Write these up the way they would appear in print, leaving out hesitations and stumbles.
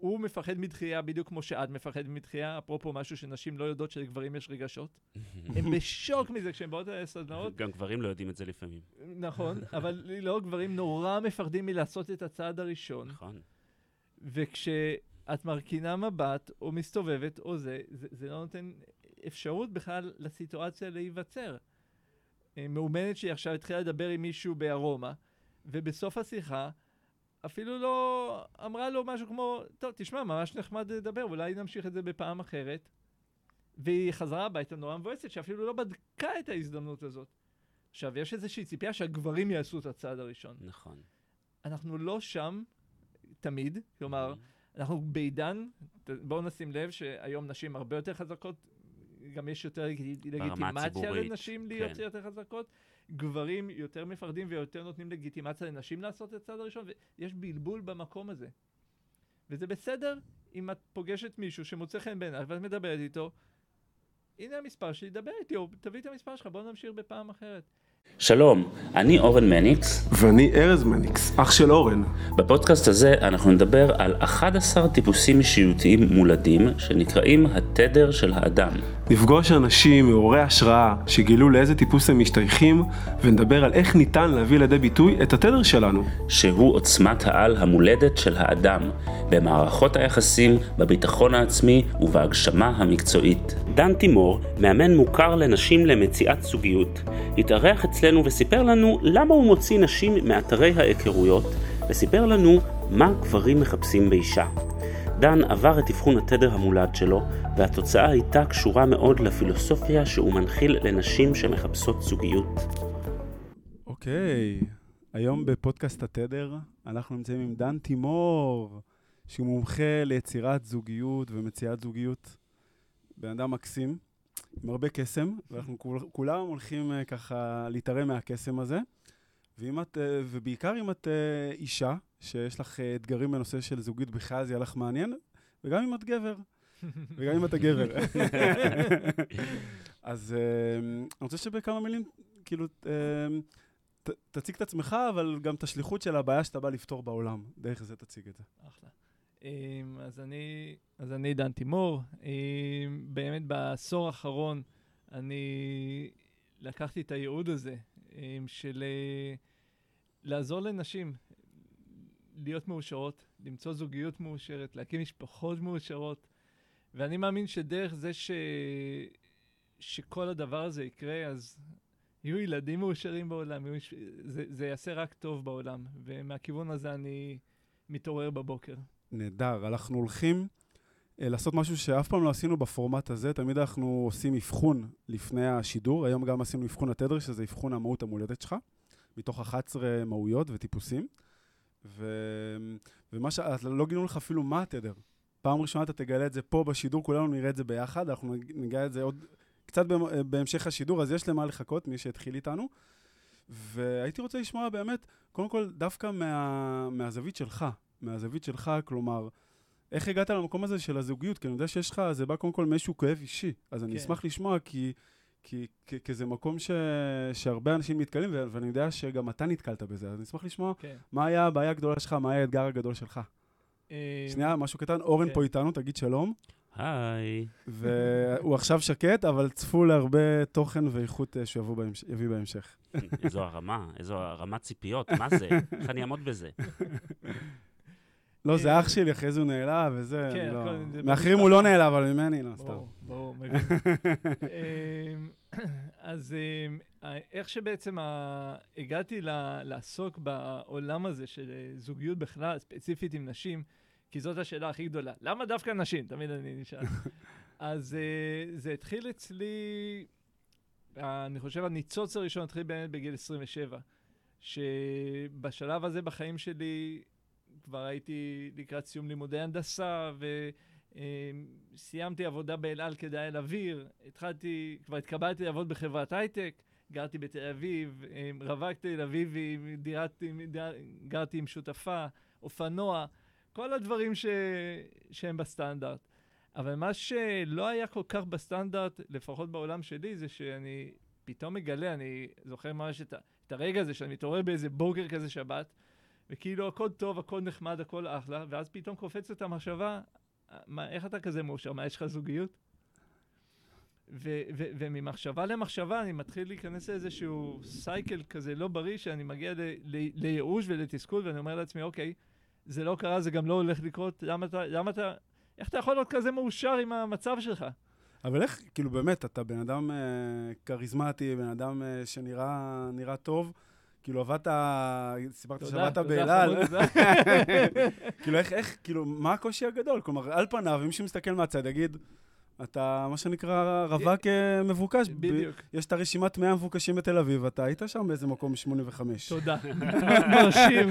הוא מפחד מדחייה בדיוק כמו שאת מפחד מדחייה, אפרופו משהו שנשים לא יודעות שלגברים יש רגשות. הם בשוק מזה כשהם באות לסדנאות. גם גברים לא יודעים את זה לפעמים. נכון, אבל לא, גברים נורא מפחדים מלעשות את הצעד הראשון. נכון. וכשאת מרכינה מבט או מסתובבת או זה לא נותן אפשרות בכלל לסיטואציה להיווצר. מאומנת שהיא עכשיו התחילה לדבר עם מישהו בארומה, ובסוף השיחה אפילו לא אמרה לו משהו כמו, טוב, תשמע, ממש נחמד לדבר, אולי נמשיך את זה בפעם אחרת. והיא חזרה הביתה נורא מבואסת, שאפילו לא בדקה את ההזדמנות הזאת. עכשיו, יש איזושהי ציפייה שהגברים יעשו את הצעד הראשון. נכון. אנחנו לא שם תמיד, כלומר, אנחנו בעידן, בואו נשים לב שהיום נשים הרבה יותר חזקות, גם יש יותר לגיטימציה לנשים להיות יותר חזקות, גברים יותר מפחדים ויותר נותנים לגיטימציה לנשים לעשות את הצעד הראשון, ויש בלבול במקום הזה. וזה בסדר אם את פוגשת מישהו שמוצא חן בעיניך ואת מדברת איתו, הנה המספר שלי, דבר איתי, או תביא את המספר שלך, בואו נמשיך בפעם אחרת. שלום, אני אורן מניקס. ואני ארז מניקס, אח של אורן. בפודקאסט הזה אנחנו נדבר על 11 טיפוסים אישיותיים מולדים שנקראים התדר של האדם. נפגוש אנשים מעוררי השראה שגילו לאיזה טיפוס הם משתייכים, ונדבר על איך ניתן להביא לידי ביטוי את התדר שלנו. שהוא עוצמת העל המולדת של האדם, במערכות היחסים, בביטחון העצמי ובהגשמה המקצועית. דן תימור, מאמן מוכר לנשים למציאת זוגיות, התארח אצלנו וסיפר לנו למה הוא מוציא נשים מאתרי ההיכרויות, וסיפר לנו מה גברים מחפשים באישה. דן עבר את אבחון התדר המולד שלו, והתוצאה הייתה קשורה מאוד לפילוסופיה שהוא מנחיל לנשים שמחפשות זוגיות. אוקיי, היום בפודקאסט התדר אנחנו נמצאים עם דן תימור, שהוא מומחה ליצירת זוגיות ומציאת זוגיות. בן אדם מקסים, עם הרבה קסם, ואנחנו כולם הולכים ככה להתערם מהקסם הזה. ובעיקר אם את אישה, שיש לך אתגרים בנושא של זוגיות בכלל, זה יהיה לך מעניין, וגם אם את גבר, וגם אם אתה גבר. אז אני רוצה שבכמה מילים, כאילו, תציג את עצמך, אבל גם את השליחות של הבעיה שאתה בא לפתור בעולם. דרך זה תציג את זה. אחלה. אז אני דן תימור. באמת בעשור האחרון אני לקחתי את הייעוד הזה של לעזור לנשים להיות מאושרות, למצוא זוגיות מאושרת, להקים משפחות מאושרות. ואני מאמין שדרך זה שכל הדבר הזה יקרה, אז יהיו ילדים מאושרים בעולם, זה יעשה רק טוב בעולם. ומהכיוון הזה אני מתעורר בבוקר. נהדר, אנחנו הולכים לעשות משהו שאף פעם לא עשינו בפורמט הזה, תמיד אנחנו עושים אבחון לפני השידור, היום גם עשינו אבחון התדר, שזה אבחון המהות המולדת שלך, מתוך 11 מהויות וטיפוסים, ומה לא גינו לך אפילו מה התדר. פעם ראשונה אתה תגלה את זה פה בשידור, כולנו נראה את זה ביחד, אנחנו נגלה את זה עוד קצת בהמשך השידור, אז יש למה לחכות, מי שהתחיל איתנו, והייתי רוצה לשמוע באמת, קודם כל דווקא מהזווית שלך, כלומר, איך הגעת למקום הזה של הזוגיות? כי אני יודע שיש לך, זה בא קודם כל משהו כאב אישי, אז אני אשמח לשמוע, כי זה מקום שהרבה אנשים מתקלים, ואני יודע שגם אתה נתקלת בזה, אז אני אשמח לשמוע מה היה הבעיה הגדולה שלך, מה היה האתגר הגדול שלך. שנייה, משהו קטן, אורן פה איתנו, תגיד שלום. היי. והוא עכשיו שקט, אבל צפו להרבה תוכן ואיכות שיביא בהמשך. איזו הרמה ציפיות, מה זה? איך אני אעמוד בזה? לא, זה אח שלי, אחרי זה הוא נעלב וזה, לא. מאחרים הוא לא נעלב, אבל ממני לא, סתם. ברור, מבין. אז איך שבעצם הגעתי לעסוק בעולם הזה של זוגיות בכלל, ספציפית עם נשים, כי זאת השאלה הכי גדולה. למה דווקא נשים? תמיד אני נשאל. אז זה התחיל אצלי, אני חושב, הניצוץ הראשון התחיל באמת בגיל 27, שבשלב הזה בחיים שלי כבר הייתי לקראת סיום לימודי הנדסה, וסיימתי עבודה באל על כדאי אוויר, כבר התקבלתי לעבוד בחברת הייטק, גרתי בתל אביב, רווקתי תל אביב, גרתי עם שותפה, אופנוע, כל הדברים שהם בסטנדרט. אבל מה שלא היה כל כך בסטנדרט, לפחות בעולם שלי, זה שאני פתאום מגלה, אני זוכר ממש את הרגע הזה, שאני מתעורר באיזה בוקר כזה שבת, וכאילו הכל טוב, הכל נחמד, הכל אחלה, ואז פתאום קופצת המחשבה, איך אתה כזה מאושר? מה, יש לך זוגיות? וממחשבה למחשבה אני מתחיל להיכנס לאיזשהו סייקל כזה לא בריא, שאני מגיע לייאוש ולתסכול, ואני אומר לעצמי, אוקיי, זה לא קרה, זה גם לא הולך לקרות, איך אתה יכול להיות כזה מאושר עם המצב שלך? אבל איך, כאילו באמת, אתה בן אדם כריזמטי, בן אדם שנראה טוב, כאילו עבדת, סיפרת שעבדת באלעל. כאילו איך, כאילו, מה הקושי הגדול? כלומר, על פניו, אם שמסתכל מהצד, יגיד, אתה, מה שנקרא, רווק מבוקש. בדיוק. יש את הרשימת 100 מבוקשים בתל אביב, אתה היית שם באיזה מקום 85. תודה. מרשים.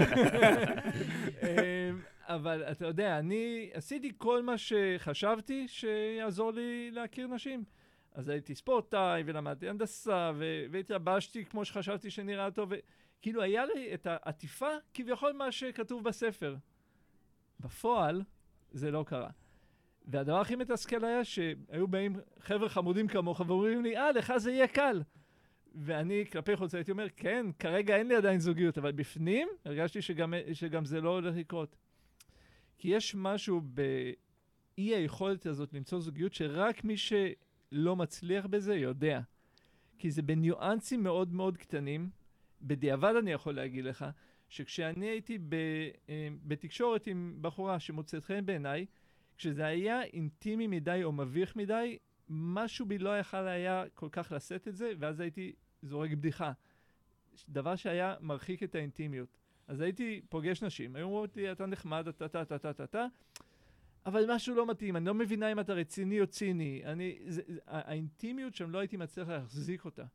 אבל אתה יודע, אני עשיתי כל מה שחשבתי שיעזור לי להכיר נשים. אז הייתי ספורטאי ולמדתי הנדסה והתלבשתי כמו שחשבתי שנראה טוב. כאילו היה לי את העטיפה כביכול מה שכתוב בספר. בפועל זה לא קרה. והדבר הכי מתסכל היה שהיו באים חבר'ה חמודים כמוך ואומרים לי, לך זה יהיה קל. ואני כלפי חוץ הייתי אומר, כן, כרגע אין לי עדיין זוגיות, אבל בפנים הרגשתי שגם זה לא הולך לקרות. כי יש משהו באי היכולת הזאת למצוא זוגיות שרק מי שלא מצליח בזה יודע. כי זה בניואנסים מאוד מאוד קטנים. בדיעבד אני יכול להגיד לך, שכשאני הייתי בתקשורת עם בחורה שמוצאת חן בעיניי, כשזה היה אינטימי מדי או מביך מדי, משהו בי לא יכל היה כל כך לשאת את זה, ואז הייתי זורק בדיחה. דבר שהיה מרחיק את האינטימיות. אז הייתי פוגש נשים, היו אומרות לי, אתה נחמד, אתה, אבל משהו לא מתאים, אני לא מבינה אם אתה רציני או ציני. האינטימיות שם לא הייתי מצליח להחזיק אותה.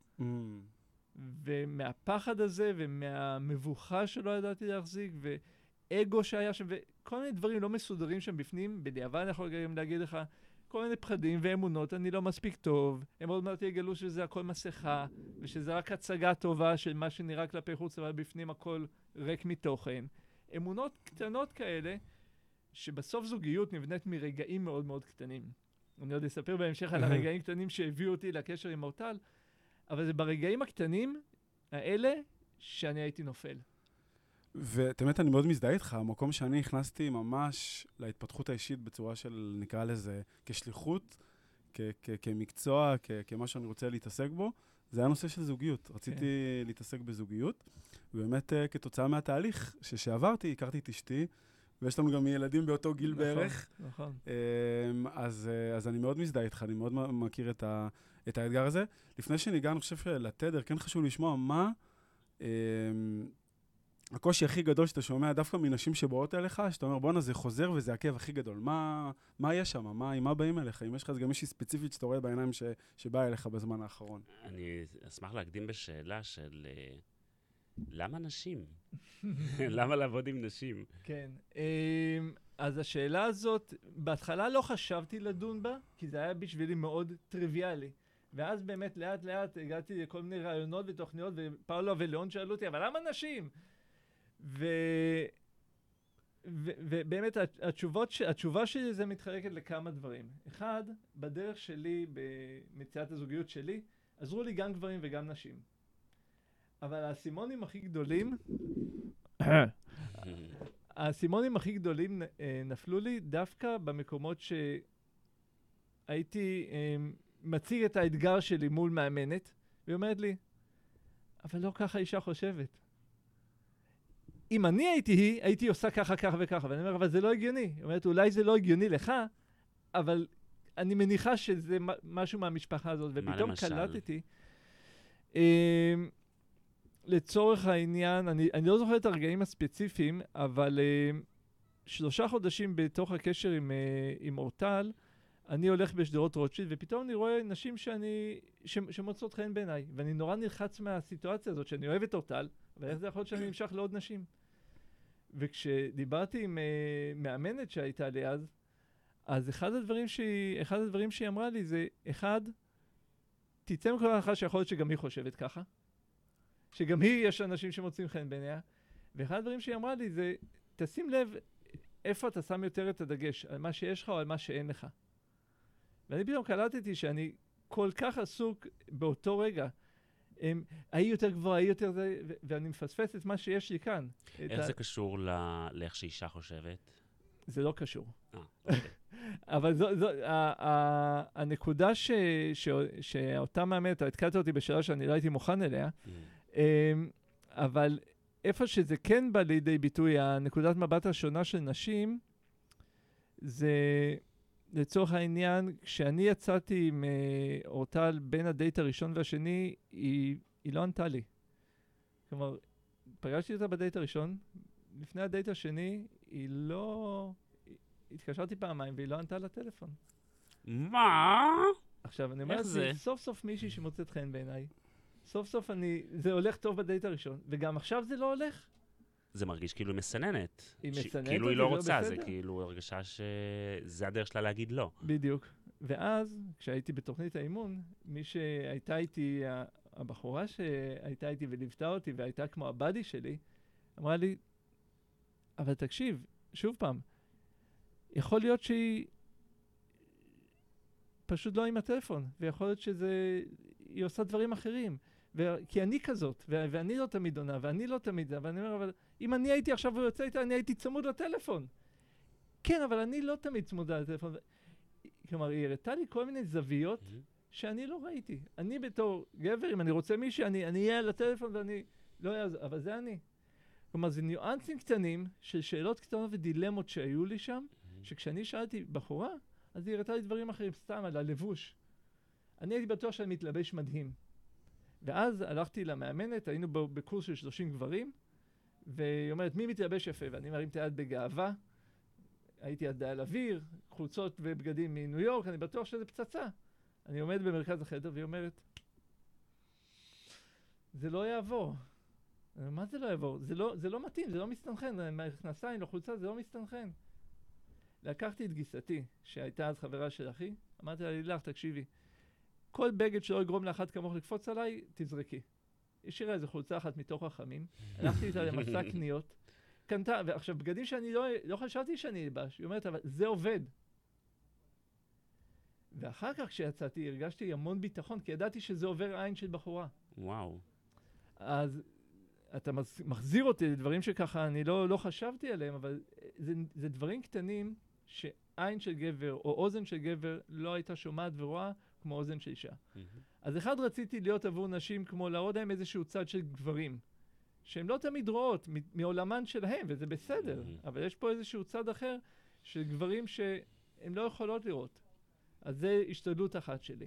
ומהפחד הזה ומהמבוכה שלא ידעתי להחזיק, ואגו שהיה שם, וכל מיני דברים לא מסודרים שם בפנים, בדיעבד אני יכול גם להגיד לך, כל מיני פחדים ואמונות, אני לא מספיק טוב, הם עוד מעט יגלו שזה הכל מסכה, ושזה רק הצגה טובה של מה שנראה כלפי חוץ, אבל בפנים הכל ריק מתוכן. אמונות קטנות כאלה, שבסוף זוגיות נבנית מרגעים מאוד מאוד קטנים. אני עוד אספר בהמשך על הרגעים קטנים שהביאו אותי לקשר עם אורטל, אבל זה ברגעים הקטנים האלה שאני הייתי נופל. ותאמת, אני מאוד מזדהה איתך, המקום שאני הכנסתי ממש להתפתחות האישית בצורה של, נקרא לזה, כשליחות, כמקצוע, כמה שאני רוצה להתעסק בו, זה היה נושא של זוגיות. רציתי להתעסק בזוגיות, ובאמת כתוצאה מהתהליך שעברתי, הכרתי את אשתי, ויש לנו גם ילדים באותו גיל בערך. נכון. אז אני מאוד מזדהה איתך, אני מאוד מכיר את האתגר הזה. לפני שניגע, אני חושב לתדר, כן חשוב לשמוע מה הקושי הכי גדול שאתה שומע דווקא מנשים שבאות אליך, שאתה אומר, בואנה, זה חוזר וזה הכאב הכי גדול. מה יש שם? עם מה באים אליך? אם יש לך גם מישהי ספציפית שאתה רואה בעיניים שבאה אליך בזמן האחרון. אני אשמח להקדים בשאלה של למה נשים? למה לעבוד עם נשים? כן. אז השאלה הזאת, בהתחלה לא חשבתי לדון בה, כי זה היה בשבילי מאוד טריוויאלי. ואז באמת לאט לאט הגעתי לכל מיני רעיונות ותוכניות, ופאולו וליאון שאלו אותי, אבל למה נשים? ובאמת התשובה שלי זה מתחלקת לכמה דברים. אחד, בדרך שלי, במציאת הזוגיות שלי, עזרו לי גם גברים וגם נשים. אבל האסימונים הכי גדולים נפלו לי דווקא במקומות שהייתי מציג את האתגר שלי מול מאמנת, והיא אומרת לי, אבל לא ככה אישה חושבת. אם אני הייתי עושה ככה, ככה וככה, ואני אומר, אבל זה לא הגיוני. היא אומרת, אולי זה לא הגיוני לך, אבל אני מניחה שזה משהו מהמשפחה הזאת, ופתאום קלטתי. לצורך העניין, אני לא זוכר את הרגעים הספציפיים, אבל 3 חודשים בתוך הקשר עם אורטל, אני הולך בשדרות רוטשילד, ופתאום אני רואה נשים שמוצאות חן בעיניי, ואני נורא נלחץ מהסיטואציה הזאת, שאני אוהב את אורטל, אבל איך זה יכול להיות שאני נמשך לעוד נשים? וכשדיברתי עם מאמנת שהייתה לי אז אחד הדברים שהיא אמרה לי זה, תצא מכל הנחה שיכול להיות שגם היא חושבת ככה, שגם היא יש אנשים שמוצאים חן בעיניה, ואחד הדברים שהיא אמרה לי זה, תשים לב איפה אתה שם יותר את הדגש, על מה שיש לך או על מה שאין לך. ואני פתאום קלטתי שאני כל כך עסוק באותו רגע, ההיא יותר גבוהה, ההיא יותר זה, ואני מפספס את מה שיש לי כאן. איך זה קשור לאיך שאישה חושבת? זה לא קשור. אוקיי. אבל זו הנקודה שאותה מאמנת, התקלת אותי בשאלה שאני לא הייתי מוכן אליה, אבל איפה שזה כן בא לידי ביטוי, הנקודת מבט השונה של נשים, זה לצורך העניין, כשאני יצאתי עם אורטל בין הדייט הראשון והשני, היא לא ענתה לי. כלומר, פגשתי אותה בדייט הראשון, לפני הדייט השני, היא לא... התקשרתי פעמיים והיא לא ענתה לטלפון. מה? עכשיו, אני אומר, זה סוף סוף מישהי שמוצאת חן בעיניי. סוף סוף זה הולך טוב בדייט הראשון, וגם עכשיו זה לא הולך. זה מרגיש כאילו היא מסננת. היא מסננת, כאילו היא לא רוצה, זה כאילו הרגשה שזה הדרך שלה להגיד לא. בדיוק. ואז, כשהייתי בתוכנית האימון, מי שהייתה איתי, הבחורה שהייתה איתי וליוותה אותי, והייתה כמו הבאדי שלי, אמרה לי, אבל תקשיב, שוב פעם, יכול להיות שהיא פשוט לא עם הטלפון, ויכול להיות שהיא עושה דברים אחרים. כי אני כזאת, ואני לא תמיד עונה, ואני לא תמיד זה, ואני אומר, אבל אם אני הייתי עכשיו ויוצא איתה, אני הייתי צמוד לטלפון. כן, אבל אני לא תמיד צמודה לטלפון. כלומר, היא הראתה לי כל מיני זוויות שאני לא ראיתי. אני בתור גבר, אם אני רוצה מישהו, אני אהיה על הטלפון ואני לא אעזור, אבל זה אני. כלומר, זה ניואנסים קטנים של שאלות קטנות ודילמות שהיו לי שם, שכשאני שאלתי בחורה, אז היא הראתה לי דברים אחרים, סתם על הלבוש. אני הייתי בטוח שאני מתלבש מדהים. ואז הלכתי למאמנת, היינו בקורס של 30 גברים, והיא אומרת, מי מתלבש יפה? ואני מרים את היד בגאווה. הייתי עד על אוויר, חולצות ובגדים מניו יורק, אני בטוח שזה פצצה. אני עומד במרכז החדר, והיא אומרת, זה לא יעבור. מה זה לא יעבור? זה לא מתאים, זה לא מסתנכן. מהכנסיים לחולצה, זה לא מסתנכן. לקחתי את גיסתי, שהייתה אז חברה של אחי, אמרתי לה, לילך, תקשיבי, כל בגד שלא יגרום לאחת כמוך לקפוץ עליי, תזרקי. השאירה איזו חולצה אחת מתוך החמים, הלכתי איתה למסע קניות, קנתה, ועכשיו בגדים שאני לא חשבתי שאני אלבש, היא אומרת, אבל זה עובד. ואחר כך כשיצאתי, הרגשתי המון ביטחון, כי ידעתי שזה עובר עין של בחורה. וואו. אז אתה מחזיר אותי לדברים שככה אני לא חשבתי עליהם, אבל זה דברים קטנים שעין של גבר או אוזן של גבר לא הייתה שומעת ורואה כמו אוזן של אישה. אז אחד רציתי להיות עבור נשים כמו להראות להם איזשהו צד של גברים, שהם לא תמיד רואות מעולמן שלהם, וזה בסדר, אבל יש פה איזשהו צד אחר של גברים שהם לא יכולות לראות. אז זה השתדלות אחת שלי.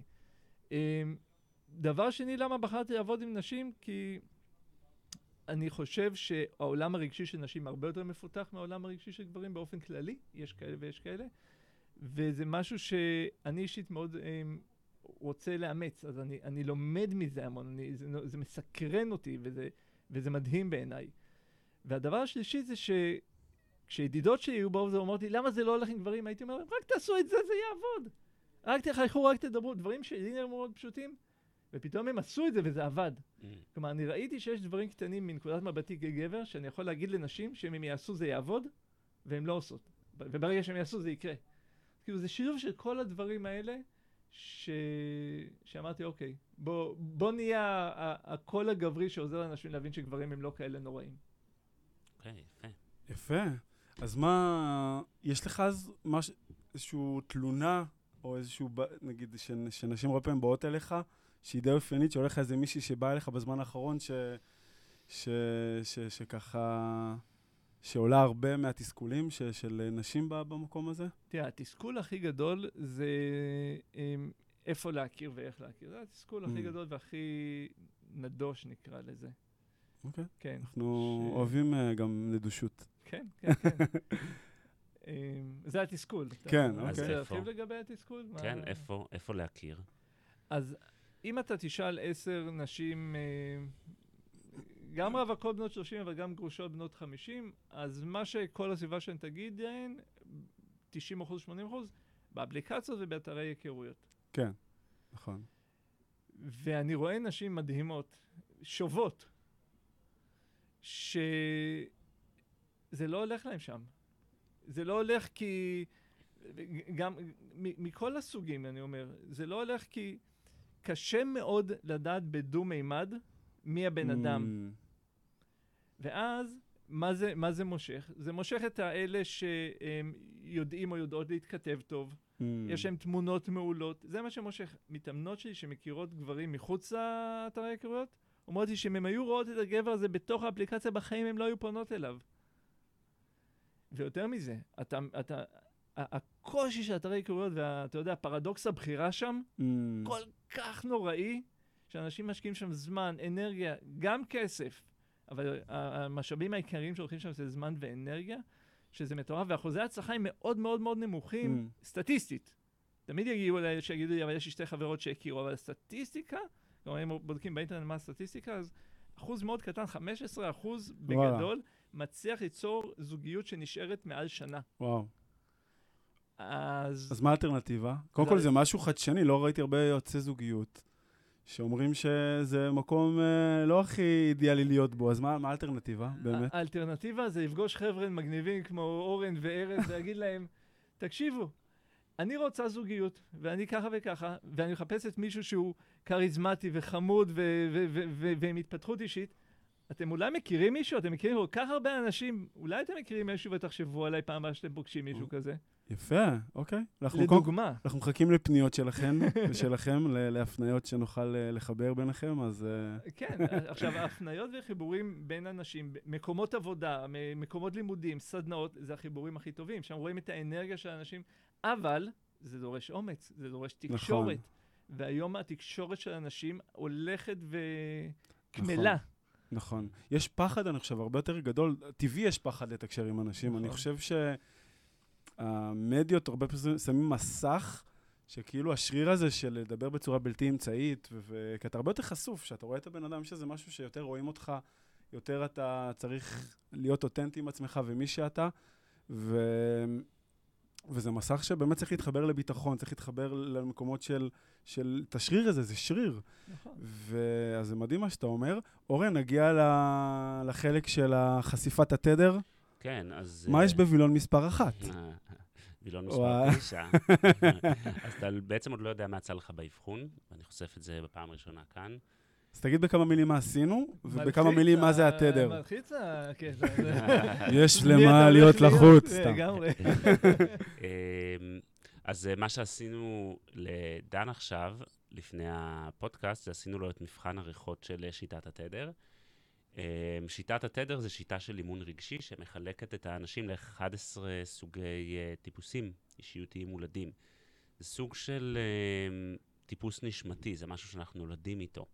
דבר שני, למה בחרתי לעבוד עם נשים? כי אני חושב שהעולם הרגשי של נשים הרבה יותר מפותח מהעולם הרגשי של גברים באופן כללי, יש כאלה ויש כאלה, וזה משהו שאני אישית מאוד רוצה לאמץ, אז אני לומד מזה המון, זה מסקרן אותי וזה מדהים בעיניי. והדבר השלישי זה כשידידות שלי היו באו ואומרות לי, למה זה לא הולך עם גברים? הייתי אומר, רק תעשו את זה, זה יעבוד. רק תחייכו, רק תדברו, דברים שלי נראים מאוד פשוטים, ופתאום הם עשו את זה וזה עבד. כלומר, אני ראיתי שיש דברים קטנים מנקודת מבטי כגבר, שאני יכול להגיד לנשים שאם הם יעשו זה יעבוד, והם לא עושות. וברגע שהם יעשו זה יקרה. כאילו, זה שילוב של כל הדברים האלה, שאמרתי, אוקיי, בוא נהיה הקול הגברי שעוזר לאנשים להבין שגברים הם לא כאלה נוראים. אוקיי, יפה. יפה. אז מה, יש לך אז איזושהי תלונה, או איזשהו, נגיד, שנשים הרבה פעמים באות אליך, שהיא די אופיינית, שהולך איזה מישהי שבאה אליך בזמן האחרון, שככה, שעולה הרבה מהתסכולים של נשים במקום הזה? תראה, התסכול הכי גדול זה איפה להכיר ואיך להכיר. זה התסכול הכי גדול והכי נדוש נקרא לזה. אוקיי. כן. אנחנו אוהבים גם נדושות. כן, כן, כן. זה התסכול. כן, אוקיי. אז אז איפה? תרחיב לגבי התסכול? כן, איפה להכיר? אז אם אתה תשאל 10 נשים, גם רווקות בנות 30, אבל גם גרושות בנות 50, אז מה שכל הסביבה שהן תגיד להן, 90%, 80%, באפליקציות ובאתרי היכרויות. כן, נכון. ואני רואה נשים מדהימות, שוות, שזה לא הולך להם שם. זה לא הולך כי, גם מכל הסוגים אני אומר, זה לא הולך קשה מאוד לדעת בדו-מימד מי הבן אדם. ואז, מה זה מושך? זה מושך את האלה שיודעים או יודעות להתכתב טוב. יש להם תמונות מעולות. זה מה שמושך. מתאמנות שלי שמכירות גברים מחוץ לאתרי היכרויות, אומרות לי שאם הם היו רואות את הגבר הזה בתוך האפליקציה בחיים, הם לא היו פונות אליו. ויותר מזה, הקושי של אתרי היכרויות, ואתה יודע, פרדוקס הבחירה שם, כל כך נוראי, שאנשים משקיעים שם זמן, אנרגיה, גם כסף, אבל המשאבים העיקריים שהולכים שם זה זמן ואנרגיה, שזה מטורף, ואחוזי ההצלחה הם מאוד מאוד מאוד נמוכים, סטטיסטית. תמיד שיגידו לי, אבל יש לי 2 חברות שהכירו, אבל הסטטיסטיקה, כלומר, אם בודקים באינטרנט מה הסטטיסטיקה, אז אחוז מאוד קטן, 15% בגדול, מצליח ליצור זוגיות שנשארת מעל שנה. וואו. אז מה האלטרנטיבה? קודם כל זה משהו חדשני, לא ראיתי הרבה יועצי זוגיות, שאומרים שזה מקום לא הכי אידיאלי להיות בו, אז מה האלטרנטיבה, באמת? האלטרנטיבה זה לפגוש חבר'ה מגניבים כמו אורן וארז, ולהגיד להם, תקשיבו, אני רוצה זוגיות, ואני ככה וככה, ואני מחפש את מישהו שהוא קריזמטי וחמוד ועם התפתחות אישית. אתם אולי מכירים מישהו? אתם מכירים כל כך הרבה אנשים, אולי אתם מכירים מישהו ותחשבו עליי פעם הבאה שאתם פוגשים מישהו כזה. יפה, אוקיי. לדוגמה. אנחנו מחכים לפניות שלכם ושלכם, להפניות שנוכל לחבר ביניכם, אז... כן, עכשיו, ההפניות וחיבורים בין אנשים, מקומות עבודה, מקומות לימודים, סדנאות, זה החיבורים הכי טובים. שם רואים את האנרגיה של האנשים, אבל זה דורש אומץ, זה דורש תקשורת. והיום התקשורת של האנשים הולכת וקמלה. נכון. יש פחד, אני חושב, הרבה יותר גדול. טבעי יש פחד לתקשר עם אנשים. אני חושב שהמדיות הרבה פעמים שמים מסך, שכאילו השריר הזה של לדבר בצורה בלתי אמצעית, כי אתה הרבה יותר חשוף, שאתה רואה את הבן אדם שזה משהו שיותר רואים אותך, יותר אתה צריך להיות אותנטי עם עצמך ומי שאתה, וזה מסך שבאמת צריך להתחבר לביטחון, צריך להתחבר למקומות של תשריר הזה, זה שריר. נכון. אז זה מדהים מה שאתה אומר. אורן, נגיע לחלק של חשיפת התדר. כן, אז... מה יש בווילון מספר 1? וילון מספר 9. אז אתה בעצם עוד לא יודע מה יצא לך באבחון, ואני חושף את זה בפעם הראשונה כאן. אז תגיד בכמה מילים מה עשינו, ובכמה מילים מה זה התדר. מלחיצה, כן. יש למה להיות לחוץ, סתם. לגמרי. אז מה שעשינו לדן עכשיו, לפני הפודקאסט, זה עשינו לו את מבחן עריכות של שיטת התדר. שיטת התדר זה שיטה של אימון רגשי, שמחלקת את האנשים ל-11 סוגי טיפוסים אישיותיים מולדים. זה סוג של טיפוס נשמתי, זה משהו שאנחנו נולדים איתו.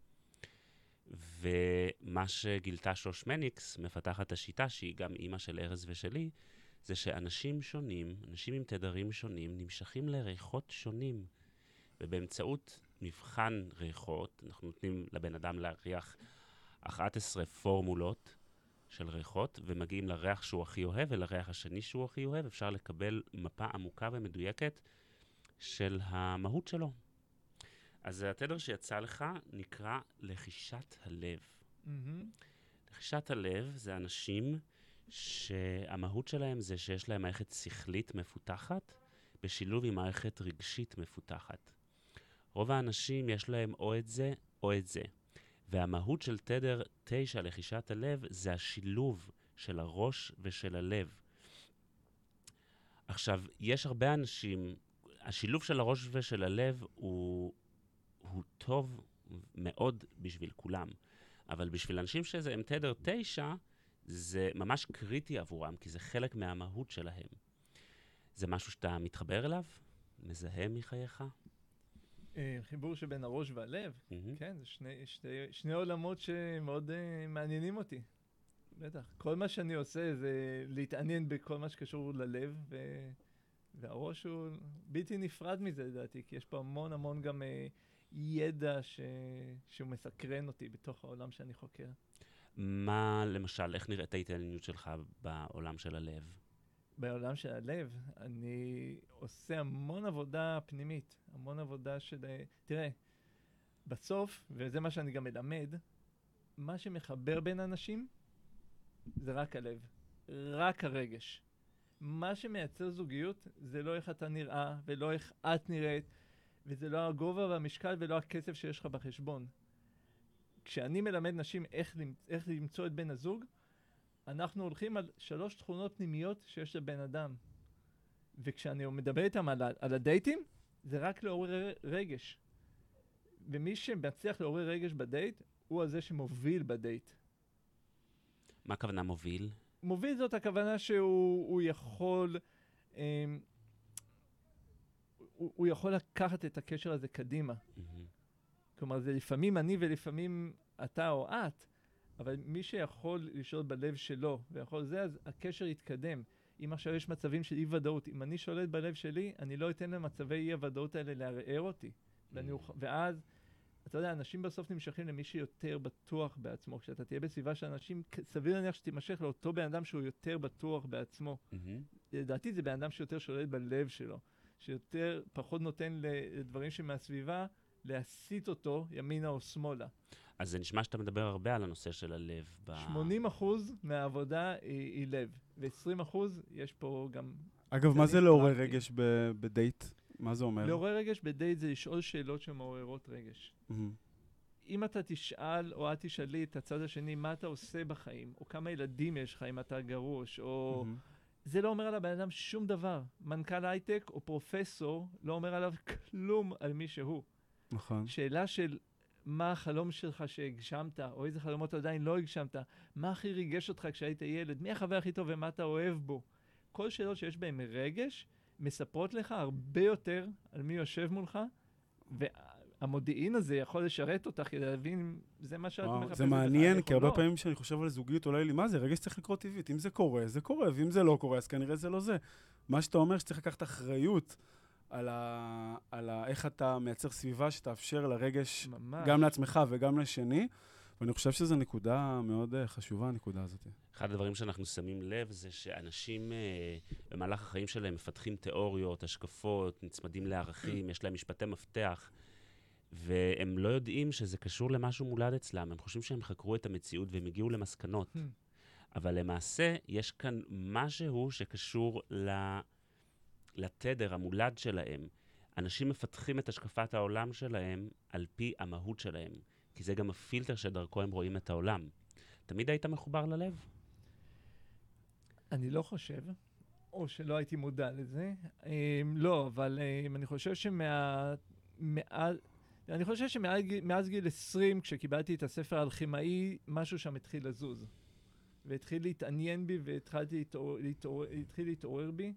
ומה שגילתה שוש מניקס, מפתחת השיטה, שהיא גם אימא של ארז ושלי, זה שאנשים שונים, אנשים עם תדרים שונים, נמשכים לריחות שונים. ובאמצעות מבחן ריחות, אנחנו נותנים לבן אדם להריח 11 פורמולות של ריחות, ומגיעים לריח שהוא הכי אוהב, ולריח השני שהוא הכי אוהב, אפשר לקבל מפה עמוקה ומדויקת של המהות שלו. אז התדר שיצא לך נקרא לחישת הלב. לחישת הלב זה אנשים שהמהות שלהם זה שיש להם מערכת שכלית מפותחת, בשילוב עם מערכת רגשית מפותחת. רוב האנשים יש להם או את זה או את זה. והמהות של תדר 9 לחישת הלב זה השילוב של הראש ושל הלב. עכשיו, יש הרבה אנשים, השילוב של הראש ושל הלב הוא טוב מאוד בשביל כולם. אבל בשביל אנשים שזה הם תדר 9, זה ממש קריטי עבורם, כי זה חלק מהמהות שלהם. זה משהו שאתה מתחבר אליו? מזהה מחייך? חיבור שבין הראש והלב, כן, זה שני עולמות שמאוד מעניינים אותי. בטח. כל מה שאני עושה זה להתעניין בכל מה שקשור ללב, והראש הוא בלתי נפרד מזה, לדעתי, כי יש פה המון המון גם ידע שהוא מסקרן אותי בתוך העולם שאני חוקר. מה, למשל, איך נראית ההתעניינות שלך בעולם של הלב? בעולם של הלב, אני עושה המון עבודה פנימית, המון עבודה של... תראה, בסוף, וזה מה שאני גם מלמד, מה שמחבר בין אנשים זה רק הלב, רק הרגש. מה שמייצר זוגיות זה לא איך אתה נראה ולא איך את נראית, וזה לא הגובה והמשקל ולא הכסף שיש לך בחשבון. כשאני מלמד נשים איך למצוא את בן הזוג, אנחנו הולכים על 3 תכונות פנימיות שיש לבן אדם. וכשאני מדבר איתם על הדייטים, זה רק לעורר רגש. ומי שמצליח לעורר רגש בדייט, הוא הזה שמוביל בדייט. מה הכוונה מוביל? מוביל זאת הכוונה שהוא יכול... הוא יכול לקחת את הקשר הזה קדימה. כלומר, זה לפעמים אני ולפעמים אתה או את, אבל מי שיכול לשלוט בלב שלו, ויכול זה, אז הקשר יתקדם. אם עכשיו יש מצבים של אי-ודאות, אם אני שולט בלב שלי, אני לא אתן למצבי אי-הוודאות האלה לערער אותי. ואז, אתה יודע, אנשים בסוף נמשכים למי שיותר בטוח בעצמו. כשאתה תהיה בסביבה של אנשים, סביר להניח שתימשך לאותו בן אדם שהוא יותר בטוח בעצמו. לדעתי זה בן אדם שיותר שולט בלב שלו, שיותר פחות נותן לדברים שמהסביבה, להסיט אותו ימינה או שמאלה. אז זה נשמע שאתה מדבר הרבה על הנושא של הלב. 80% מהעבודה היא לב, ו-20% יש פה גם... אגב, מה זה לעורר רגש בדייט? מה זה אומר? לעורר רגש בדייט זה לשאול שאלות שמעוררות רגש. אם אתה תשאל או את תשאלי את הצד השני מה אתה עושה בחיים, או כמה ילדים יש לך אם אתה גרוש, או... זה לא אומר על הבן אדם שום דבר. מנכ"ל הייטק או פרופסור לא אומר עליו כלום על מי שהוא. נכון. שאלה של מה החלום שלך שהגשמת, או איזה חלומות עדיין לא הגשמת, מה הכי ריגש אותך כשהיית ילד, מי החבר הכי טוב ומה אתה אוהב בו. כל שאלות שיש בהן רגש, מספרות לך הרבה יותר על מי יושב מולך, והמודיעין הזה יכול לשרת אותך כדי להבין, זה מה שאת מחפשת. זה מעניין, כי הרבה פעמים שאני חושב על זוגיות, עולה לי, מה זה? רגש צריך לקרות טבעית. אם זה קורה, זה קורה, ואם זה לא קורה, אז כנראה זה לא זה. מה שאתה אומר, שצריך לקחת אחריות על איך אתה מייצר סביבה שתאפשר לרגש ממש. גם לעצמך וגם לשני, ואני חושב שזו נקודה מאוד חשובה, הנקודה הזאת. אחד הדברים שאנחנו שמים לב זה שאנשים במהלך החיים שלהם מפתחים תיאוריות, השקפות, נצמדים לערכים, יש להם משפטי מפתח, והם לא יודעים שזה קשור למשהו מולד אצלם. הם חושבים שהם חקרו את המציאות והם הגיעו למסקנות. אבל למעשה יש כאן משהו שקשור לתדר המולד שלהם. אנשים מפתחים את השקפת העולם שלהם על פי המהות שלהם, כי זה גם הפילטר שדרכו הם רואים את העולם. תמיד היית מחובר ללב? אני לא חושב, או שלא הייתי מודע לזה. לא, אבל אני חושב שמאז גיל 20, כשקיבלתי את הספר האלכימאי, משהו שם התחיל לזוז. והתחיל להתעניין בי, והתחיל להתעורר בי.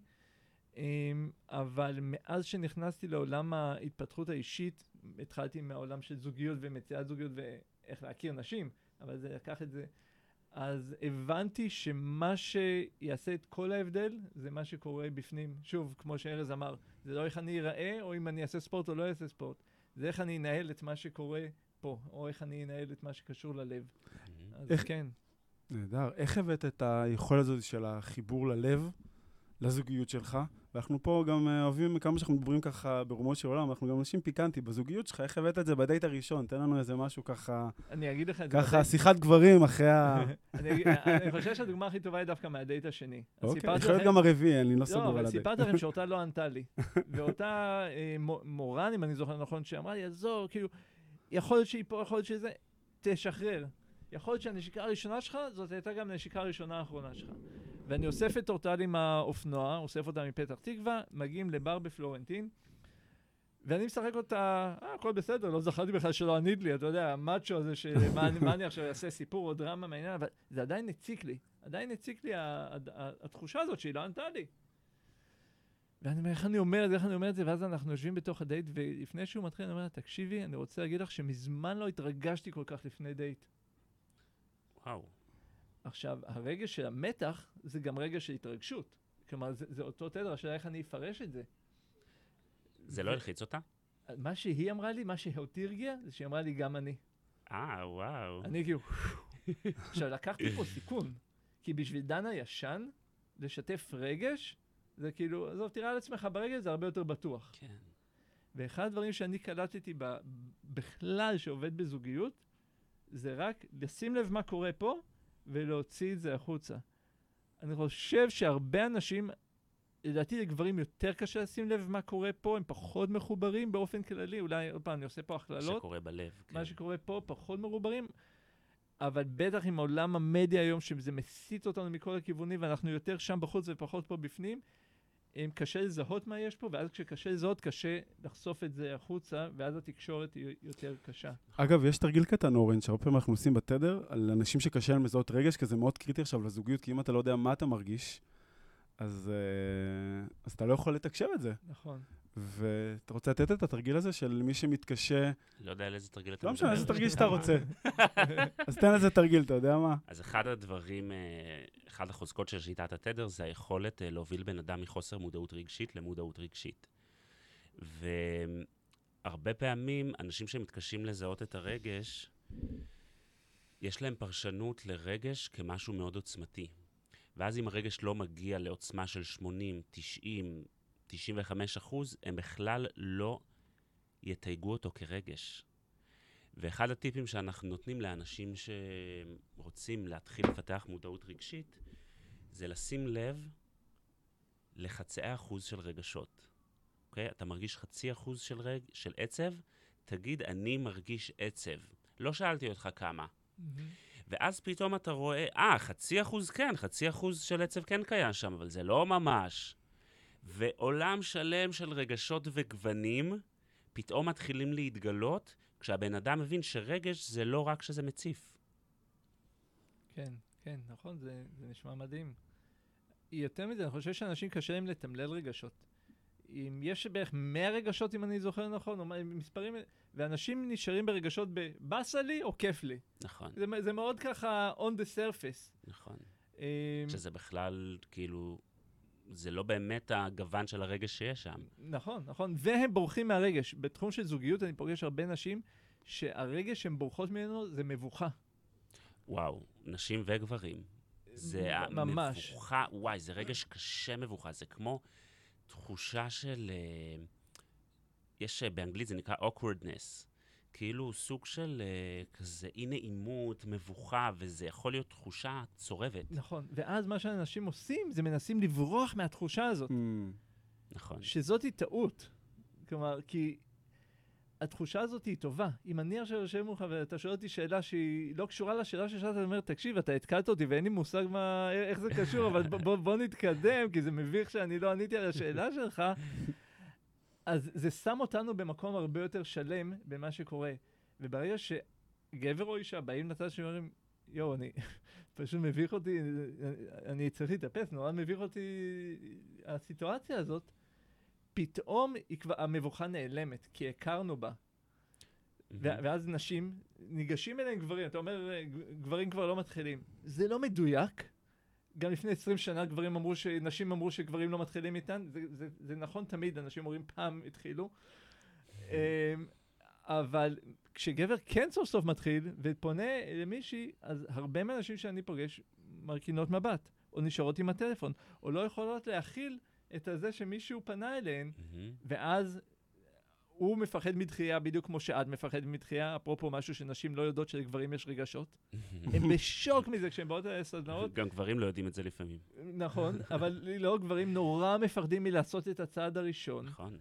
אבל מאז שנכנסתי לעולם ההתפתחות האישית, התחלתי מהעולם של זוגיות ומציאת זוגיות ואיך להכיר נשים, אבל זה לקח את זה. אז הבנתי שמה שיעשה את כל ההבדל, זה מה שקורה בפנים. שוב, כמו שארז אמר, זה לא איך אני אראה, או אם אני אעשה ספורט או לא אעשה ספורט. זה איך אני אנהל את מה שקורה פה, או איך אני אנהל את מה שקשור ללב. אז כן. נהדר. איך הבאת את היכולת הזאת של החיבור ללב, לזוגיות שלך? ואנחנו פה גם אוהבים כמה שאנחנו מדברים ככה ברומות של עולם, אנחנו גם אנשים פיקנטי בזוגיות שלך. איך הבאת את זה בדייט הראשון? תן לנו איזה משהו ככה... אני אגיד לך את זה. ככה, שיחת גברים אחרי ה... אני חושב שהדוגמה הכי טובה היא דווקא מהדייט השני. אוקיי, יכול להיות גם הרביעי, אני לא סגור על הדייט. לא, אבל סיפרתי לכם שאותה לא ענתה לי. ואותה מורן, אם אני זוכר נכון, שאמרה לי, עזור, כאילו, יכול להיות שהיא פה, יכול להיות שזה, תשחרר. יכול להיות שהנשיקה הראשונה שלך, זאת הייתה גם הנשיקה הראשונה האחרונה שלך. ואני אוסף את אורטל עם האופנוע, אוסף אותה מפתח תקווה, מגיעים לבר בפלורנטין, ואני משחק אותה, הכל בסדר, לא זכרתי בכלל שלא ענית לי, אתה יודע, המאצ'ו הזה של מה אני עכשיו אעשה סיפור או דרמה מעניין, אבל זה עדיין הציק לי, התחושה הזאת שהיא לא ענתה לי. ואני אומר, איך אני אומר את זה, ואז אנחנו יושבים בתוך הדייט, ולפני שהוא מתחיל, אני אומר, תקשיבי, אני רוצה להגיד לך שמזמן לא התרגשתי כל כך לפני דייט. וואו. עכשיו, הרגש של המתח זה גם רגש של התרגשות. כלומר, זה אותו תדר, השאלה איך אני אפרש את זה. זה לא הלחיץ אותה? מה שהיא אמרה לי, מה שאותי הרגיע, זה שהיא אמרה לי גם אני. וואו. אני כאילו... עכשיו, לקחתי פה סיכון, כי בשביל דן הישן, לשתף רגש, זה כאילו, עזוב, תראה על עצמך ברגש, זה הרבה יותר בטוח. כן. ואחד הדברים שאני קלטתי בכלל שעובד בזוגיות, זה רק לשים לב מה קורה פה, ולהוציא את זה החוצה. אני חושב שהרבה אנשים לדעתי לגברים יותר קשה לשים לב מה קורה פה, הם פחות מחוברים באופן כללי, אולי עוד פעם אני עושה פה הכללות. שקורה בלב, כן. מה שקורה פה פחות מחוברים, אבל בטח עם עולם המדיה היום, שזה מסית אותנו מכל הכיוונים, ואנחנו יותר שם בחוץ ופחות פה בפנים, קשה לזהות מה יש פה, ואז כשקשה לזהות, קשה לחשוף את זה החוצה, ואז התקשורת היא יותר קשה. אגב, יש תרגיל קטן, אורן, שהרבה פעמים אנחנו עושים בתדר, על אנשים שקשה להם לזהות רגש, כי זה מאוד קריטי עכשיו לזוגיות, כי אם אתה לא יודע מה אתה מרגיש, אז אתה לא יכול לתקשר את זה. נכון. ואתה רוצה לתת את התרגיל הזה של מי שמתקשה... לא יודע על איזה תרגיל אתה לא משנה, איזה תרגיל שאתה רוצה. אז תן איזה תרגיל, אתה יודע מה? אז אחד הדברים, אחד החוזקות של שיטת התדר, זה היכולת להוביל בן אדם מחוסר מודעות רגשית למודעות רגשית. והרבה פעמים, אנשים שמתקשים לזהות את הרגש, יש להם פרשנות לרגש כמשהו מאוד עוצמתי. ואז אם הרגש לא מגיע לעוצמה של 80, 90, 95%, הם בכלל לא יתייגו אותו כרגש. ואחד הטיפים שאנחנו נותנים לאנשים שרוצים להתחיל לפתח מודעות רגשית, זה לשים לב לחצאי אחוז של רגשות. אוקיי? אתה מרגיש 0.5% של עצב, תגיד, אני מרגיש עצב. לא שאלתי אותך כמה. ואז פתאום אתה רואה, 0.5% כן, 0.5% של עצב כן קיים שם, אבל זה לא ממש. ועולם שלם של רגשות וגוונים פתאום מתחילים להתגלות, כשהבן אדם מבין שרגש זה לא רק שזה מציף. כן, כן, נכון, זה נשמע מדהים. יותר מזה, אני חושב שאנשים קשה להם לתמלל רגשות. אם יש בערך 100 רגשות, אם אני זוכר נכון, או מספרים, ואנשים נשארים ברגשות בבאסה לי או כיף לי. נכון. זה מאוד ככה on the surface. נכון. שזה בכלל, כאילו, זה לא באמת הגוון של הרגש שיש שם. נכון, נכון. והם בורחים מהרגש. בתחום של זוגיות אני פוגש הרבה נשים שהרגש שהם בורחות ממנו זה מבוכה. וואו, נשים וגברים. זה ממש. מבוכה, וואי, זה רגש קשה מבוכה. זה כמו תחושה של... יש באנגלית זה נקרא awkwardness. כאילו סוג של כזה אי נעימות, מבוכה, וזה יכול להיות תחושה צורבת. נכון, ואז מה שאנשים עושים זה מנסים לברוח מהתחושה הזאת. נכון. שזאת היא טעות. כלומר, כי התחושה הזאת היא טובה. אם אני עכשיו יושב מולך ואתה שואל אותי שאלה שהיא לא קשורה לשאלה ששאלת, אתה אומר, תקשיב, אתה התקלת אותי ואין לי מושג איך זה קשור, אבל בוא נתקדם, כי זה מביך שאני לא עניתי על השאלה שלך. אז זה שם אותנו במקום הרבה יותר שלם במה שקורה. וברגע שגבר או אישה באים לצד שאומרים, יו, אני פשוט מביך אותי, אני צריך להתאפס, נורא מביך אותי הסיטואציה הזאת, פתאום המבוכה נעלמת, כי הכרנו בה. ואז נשים ניגשים אליהם גברים, אתה אומר, גברים כבר לא מתחילים. זה לא מדויק. גם לפני 20 שנה נשים אמרו שגברים לא מתחילים איתן. זה נכון תמיד, אנשים אומרים פעם התחילו. אבל כשגבר כן סוף סוף מתחיל ופונה למישהי, אז הרבה מהאנשים שאני פוגש מרכינות מבט, או נשארות עם הטלפון, או לא יכולות להכיל את הזה שמישהו פנה אליהן, ואז הוא מפחד מדחייה בדיוק כמו שאת מפחד מדחייה, אפרופו משהו שנשים לא יודעות שלגברים יש רגשות. הם בשוק מזה כשהם באות לסדנאות. גם גברים לא יודעים את זה לפעמים. נכון, אבל לא, גברים נורא מפחדים מלעשות את הצעד הראשון. נכון.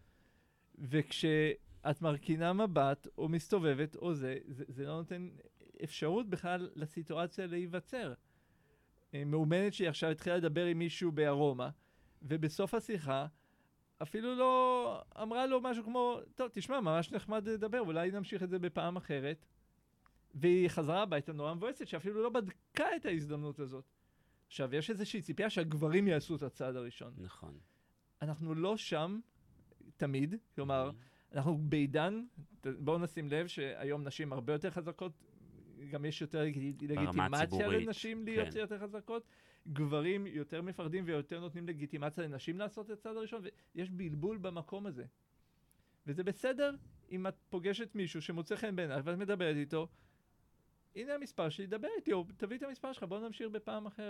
וכשאת מרכינה מבט או מסתובבת או זה לא נותן אפשרות בכלל לסיטואציה להיווצר. מאומנת שהיא עכשיו התחילה לדבר עם מישהו בארומה, ובסוף השיחה אפילו לא אמרה לו משהו כמו, טוב, תשמע, ממש נחמד לדבר, אולי נמשיך את זה בפעם אחרת. והיא חזרה הביתה נורא מבואסת, שאפילו לא בדקה את ההזדמנות הזאת. עכשיו, יש איזושהי ציפייה שהגברים יעשו את הצעד הראשון. נכון. אנחנו לא שם תמיד, כלומר, אנחנו בעידן, בואו נשים לב שהיום נשים הרבה יותר חזקות, גם יש יותר לגיטימציה לנשים להיות יותר חזקות, גברים יותר מפחדים ויותר נותנים לגיטימציה לנשים לעשות את הצעד הראשון, ויש בלבול במקום הזה. וזה בסדר אם את פוגשת מישהו שמוצא חן בעיניך ואת מדברת איתו, הנה המספר שלי, דבר איתי, או תביא את המספר שלך, בוא נמשיך בפעם אחרת.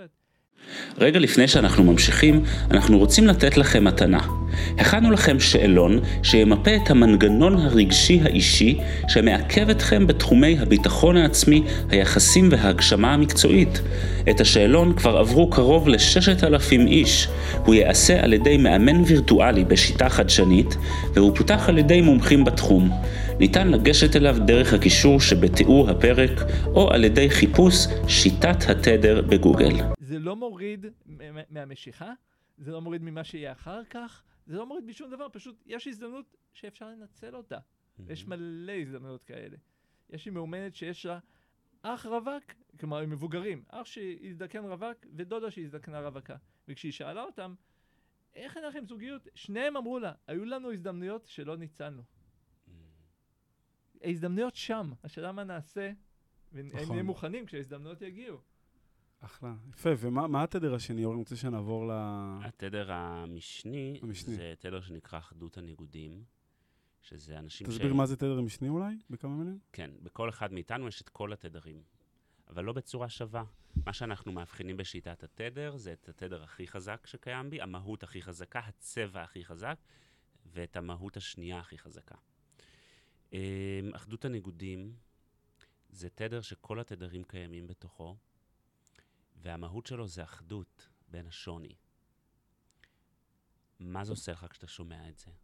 רגע לפני שאנחנו ממשיכים, אנחנו רוצים לתת לכם מתנה. הכנו לכם שאלון שימפה את המנגנון הרגשי האישי שמעכב אתכם בתחומי הביטחון העצמי, היחסים וההגשמה המקצועית. את השאלון כבר עברו קרוב ל6,000 איש. הוא ייעשה על ידי מאמן וירטואלי בשיטה חדשנית, והוא פותח על ידי מומחים בתחום. ניתן לגשת אליו דרך הקישור שבתיאור הפרק, או על ידי חיפוש שיטת התדר בגוגל. זה לא מוריד מהמשיכה, זה לא מוריד ממה שיהיה אחר כך, זה לא מוריד משום דבר, פשוט יש הזדמנות שאפשר לנצל אותה. יש מלא הזדמנויות כאלה. יש לי מאומנת שיש לה אח רווק, כלומר הם מבוגרים, אח שהזדקן רווק ודודה שהזדקנה רווקה. וכשהיא שאלה אותם, איך אין לכם זוגיות? שניהם אמרו לה, היו לנו הזדמנויות שלא ניצלנו. ההזדמנויות שם, השאלה מה נעשה, ונהיה מוכנים כשההזדמנויות יגיעו. אחלה, יפה, ומה התדר השני? אני רוצה שנעבור התדר המשני זה תדר שנקרא אחדות הניגודים, שזה אנשים תסביר מה זה תדר משני אולי, בכמה מילים? כן, בכל אחד מאיתנו יש את כל התדרים, אבל לא בצורה שווה. מה שאנחנו מאבחנים בשיטת התדר, זה את התדר הכי חזק שקיים בי, המהות הכי חזקה, הצבע הכי חזק, ואת המהות השנייה הכי חזקה. אחדות הניגודים זה תדר שכל התדרים קיימים בתוכו, והמהות שלו זה אחדות בין השוני. מה זה עושה לך כשאתה שומע את זה?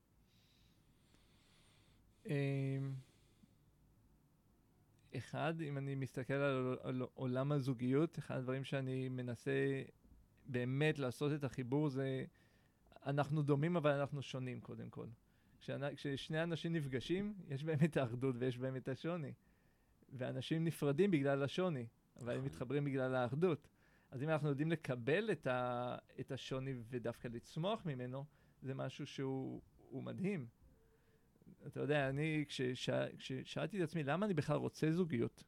אחד, אם אני מסתכל על עולם הזוגיות, אחד הדברים שאני מנסה באמת לעשות את החיבור זה, אנחנו דומים אבל אנחנו שונים קודם כל. כששני אנשים נפגשים, יש בהם את האחדות ויש בהם את השוני. ואנשים נפרדים בגלל השוני, אבל הם מתחברים בגלל האחדות. אז אם אנחנו יודעים לקבל את השוני ודווקא לצמוח ממנו, זה משהו שהוא מדהים. אתה יודע, אני כששאלתי את עצמי, למה אני בכלל רוצה זוגיות?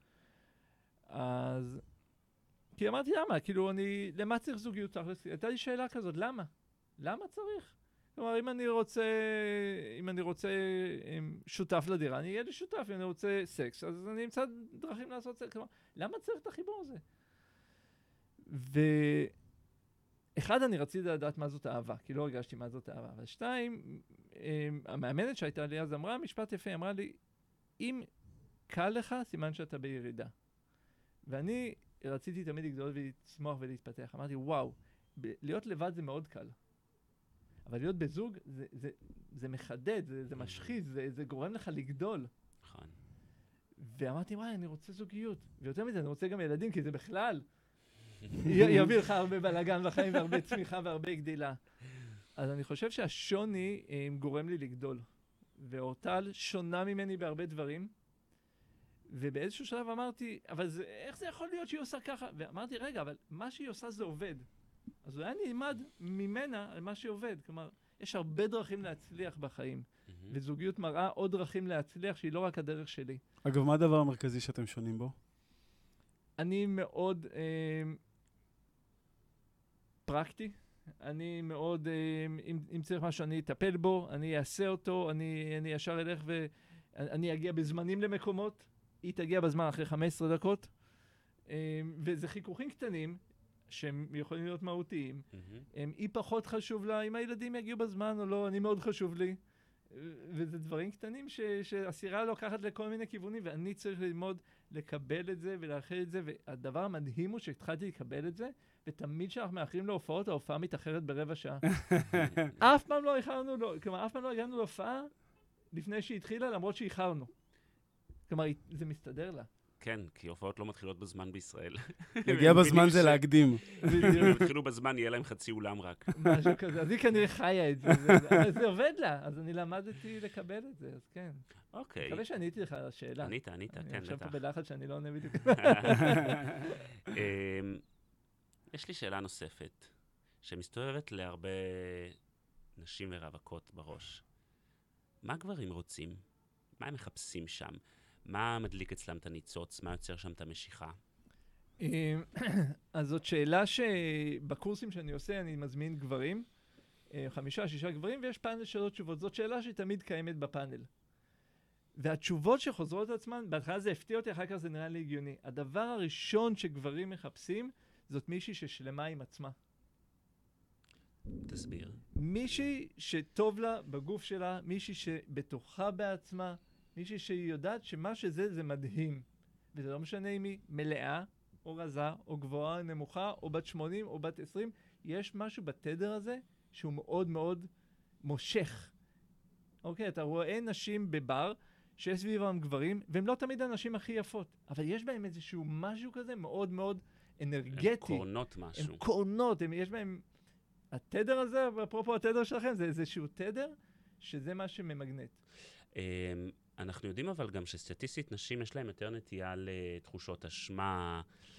אז כי אמרתי למה, כאילו למה צריך זוגיות? הייתה לי שאלה כזאת, למה? למה צריך? כלומר, אם אני רוצה שותף לדירה, אני אהיה לי שותף. אם אני רוצה סקס, אז אני אמצא דרכים לעשות סקס. כלומר, למה צריך את החיבור הזה? ואחד, אני רציתי לדעת מה זאת אהבה, כי לא הרגשתי מה זאת אהבה. אבל שתיים, המאמנת שהייתה לי אז אמרה משפט יפה, אמרה לי, אם קל לך, סימן שאתה בירידה. ואני רציתי תמיד לגדול ולצמוח ולהתפתח. אמרתי, וואו, להיות לבד זה מאוד קל. אבל להיות בזוג, זה מחדד, זה משחיז, זה גורם לך לגדול. נכון. ואמרתי, וואי, אני רוצה זוגיות. ויותר מזה, אני רוצה גם ילדים, כי זה בכלל יביא לך הרבה בלגן בחיים, והרבה צמיחה והרבה גדילה. אז אני חושב שהשוני גורם לי לגדול. ואורטל שונה ממני בהרבה דברים. ובאיזשהו שלב אמרתי, אבל איך זה יכול להיות שהיא עושה ככה? ואמרתי, רגע, אבל מה שהיא עושה זה עובד. אז אולי אני אלמד ממנה על מה שעובד. כלומר, יש הרבה דרכים להצליח בחיים. וזוגיות מראה עוד דרכים להצליח שהיא לא רק הדרך שלי. אגב, מה הדבר המרכזי שאתם שונים בו? אני מאוד פרקטי. אני מאוד, אם צריך משהו, אני אטפל בו, אני אעשה אותו, אני ישר אלך ואני אגיע בזמנים למקומות. היא תגיע בזמן אחרי 15 דקות. וזה חיכוכים קטנים. שהם יכולים להיות מהותיים. היא פחות חשוב לה, אם הילדים יגיעו בזמן או לא, אני מאוד חשוב לי. וזה דברים קטנים שהסירה לוקחת לכל מיני כיוונים, ואני צריך ללמוד לקבל את זה ולאחר את זה, והדבר המדהים הוא שהתחלתי לקבל את זה, ותמיד כשאנחנו מאחרים להופעות, ההופעה מתאחרת ברבע שעה. אף פעם לא איחרנו, כלומר, אף פעם לא הגענו להופעה לפני שהיא התחילה, למרות שאיחרנו. כלומר, זה מסתדר לה. כן, כי הופעות לא מתחילות בזמן בישראל. להגיע בזמן זה להקדים. אם התחילו בזמן, יהיה להם חצי אולם רק. משהו כזה, אז היא כנראה חיה את זה, אבל זה עובד לה, אז אני למדתי לקבל את זה, אז כן. אוקיי. אני מקווה שעניתי לך על השאלה. ענית, כן, בטח. אני עכשיו פה בלחץ שאני לא עונה בדיוק. יש לי שאלה נוספת, שמסתובבת להרבה נשים ורווקות בראש. מה גברים רוצים? מה הם מחפשים שם? מה מדליק אצלם את הניצוץ? מה יוצר שם את המשיכה? אז זאת שאלה שבקורסים שאני עושה אני מזמין גברים, 5-6 גברים, ויש פאנל שאלות תשובות. זאת שאלה שתמיד קיימת בפאנל. והתשובות שחוזרות עצמן, בהתחלה זה הפתיע אותי, אחר כך זה נראה לי הגיוני. הדבר הראשון שגברים מחפשים זאת מישהי ששלמה עם עצמה. תסביר. מישהי שטוב לה בגוף שלה, מישהי שבתוכה בעצמה, מישהי שהיא יודעת שמה שזה זה מדהים. וזה לא משנה אם היא מלאה, או רזה, או גבוהה, נמוכה, או בת 80, או בת 20. יש משהו בתדר הזה שהוא מאוד מאוד מושך. אוקיי, אתה רואה נשים בבר שיש סביבם גברים, והם לא תמיד הנשים הכי יפות, אבל יש בהם איזשהו משהו כזה מאוד מאוד אנרגטי. הם קורנות משהו. הם קורנות, יש בהם... התדר הזה, אפרופו התדר שלכם, זה איזשהו תדר שזה מה שממגנט. אנחנו יודעים אבל גם שסטטיסטית נשים יש להם יותר נטייה לתחושות אשמה,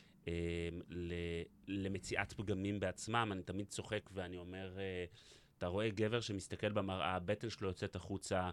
למציאת פגמים בעצמם. אני תמיד צוחק ואני אומר, אתה רואה גבר שמסתכל במראה, הבטן שלו יוצאת החוצה,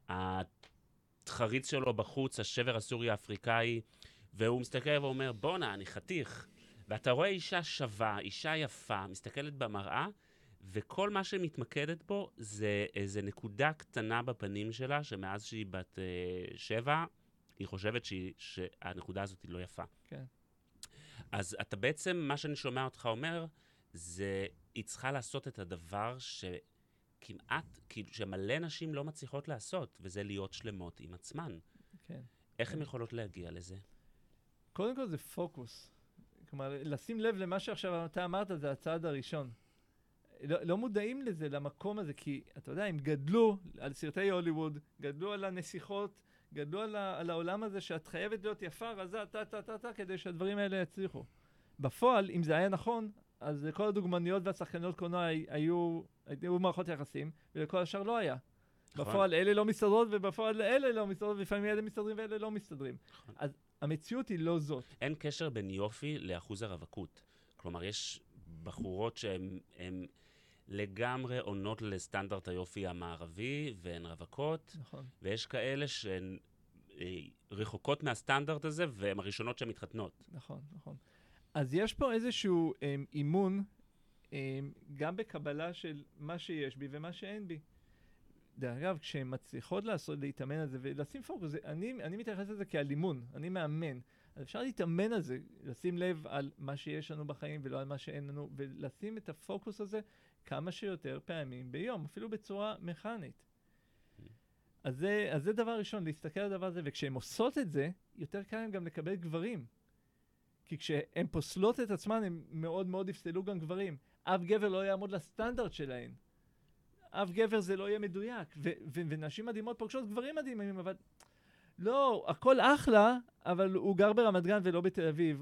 התחריץ שלו בחוץ, השבר הסורי-אפריקאי, והוא מסתכל ואומר, בונה, אני חתיך. ואתה רואה אישה שווה, אישה יפה, מסתכלת במראה, וכל מה שמתמקדת בו זה איזו נקודה קטנה בפנים שלה, שמאז שהיא בת 7, היא חושבת שהנקודה הזאת היא לא יפה. כן. אז אתה בעצם, מה שאני שומע אותך אומר, זה, היא צריכה לעשות את הדבר שכמעט, כאילו, שמלא נשים לא מצליחות לעשות, וזה להיות שלמות עם עצמן. כן. איך הן יכולות להגיע לזה? קודם כל זה פוקוס. כלומר, לשים לב למה שעכשיו אתה אמרת, זה הצעד הראשון. לא מודעים לזה, למקום הזה, כי אתה יודע, הם גדלו על סרטי הוליווד, גדלו על הנסיכות, גדלו על העולם הזה שאת חייבת להיות יפה, רזה, כדי שהדברים האלה יצליחו. בפועל, אם זה היה נכון, אז כל הדוגמניות והשחקניות קולנוע היו מערכות יחסים, ולכל השאר לא היה. נכון. בפועל אלה לא מסתדרות, ובפועל אלה לא מסתדרות, ולפעמים אלה מסתדרים ואלה לא מסתדרים. נכון. אז המציאות היא לא זאת. אין קשר בין יופי לאחוז הרווקות. כלומר, יש בחורות שהן לגמרי עונות לסטנדרט היופי המערבי, והן רווקות, נכון. ויש כאלה שהן רחוקות מהסטנדרט הזה, והן הראשונות שהן מתחתנות. נכון, נכון. אז יש פה איזשהו אימון, גם בקבלה של מה שיש בי ומה שאין בי. דרך אגב, כשהן מצליחות להתאמן על זה ולשים פוקוס, אני מתייחס לזה כעל אימון, אני מאמן. אז אפשר להתאמן על זה, לשים לב על מה שיש לנו בחיים ולא על מה שאין לנו, ולשים את הפוקוס הזה כמה שיותר פעמים ביום, אפילו בצורה מכנית. אז זה דבר ראשון, להסתכל על הדבר הזה, וכשהן עושות את זה, יותר קל להם גם לקבל גברים. כי כשהן פוסלות את עצמן, הם מאוד מאוד יפסלו גם גברים. אף גבר לא יעמוד לסטנדרט שלהן. אף גבר זה לא יהיה מדויק. ונשים מדהימות פוגשות גברים מדהימים, אבל לא, הכל אחלה, אבל הוא גר ברמת גן ולא בתל אביב.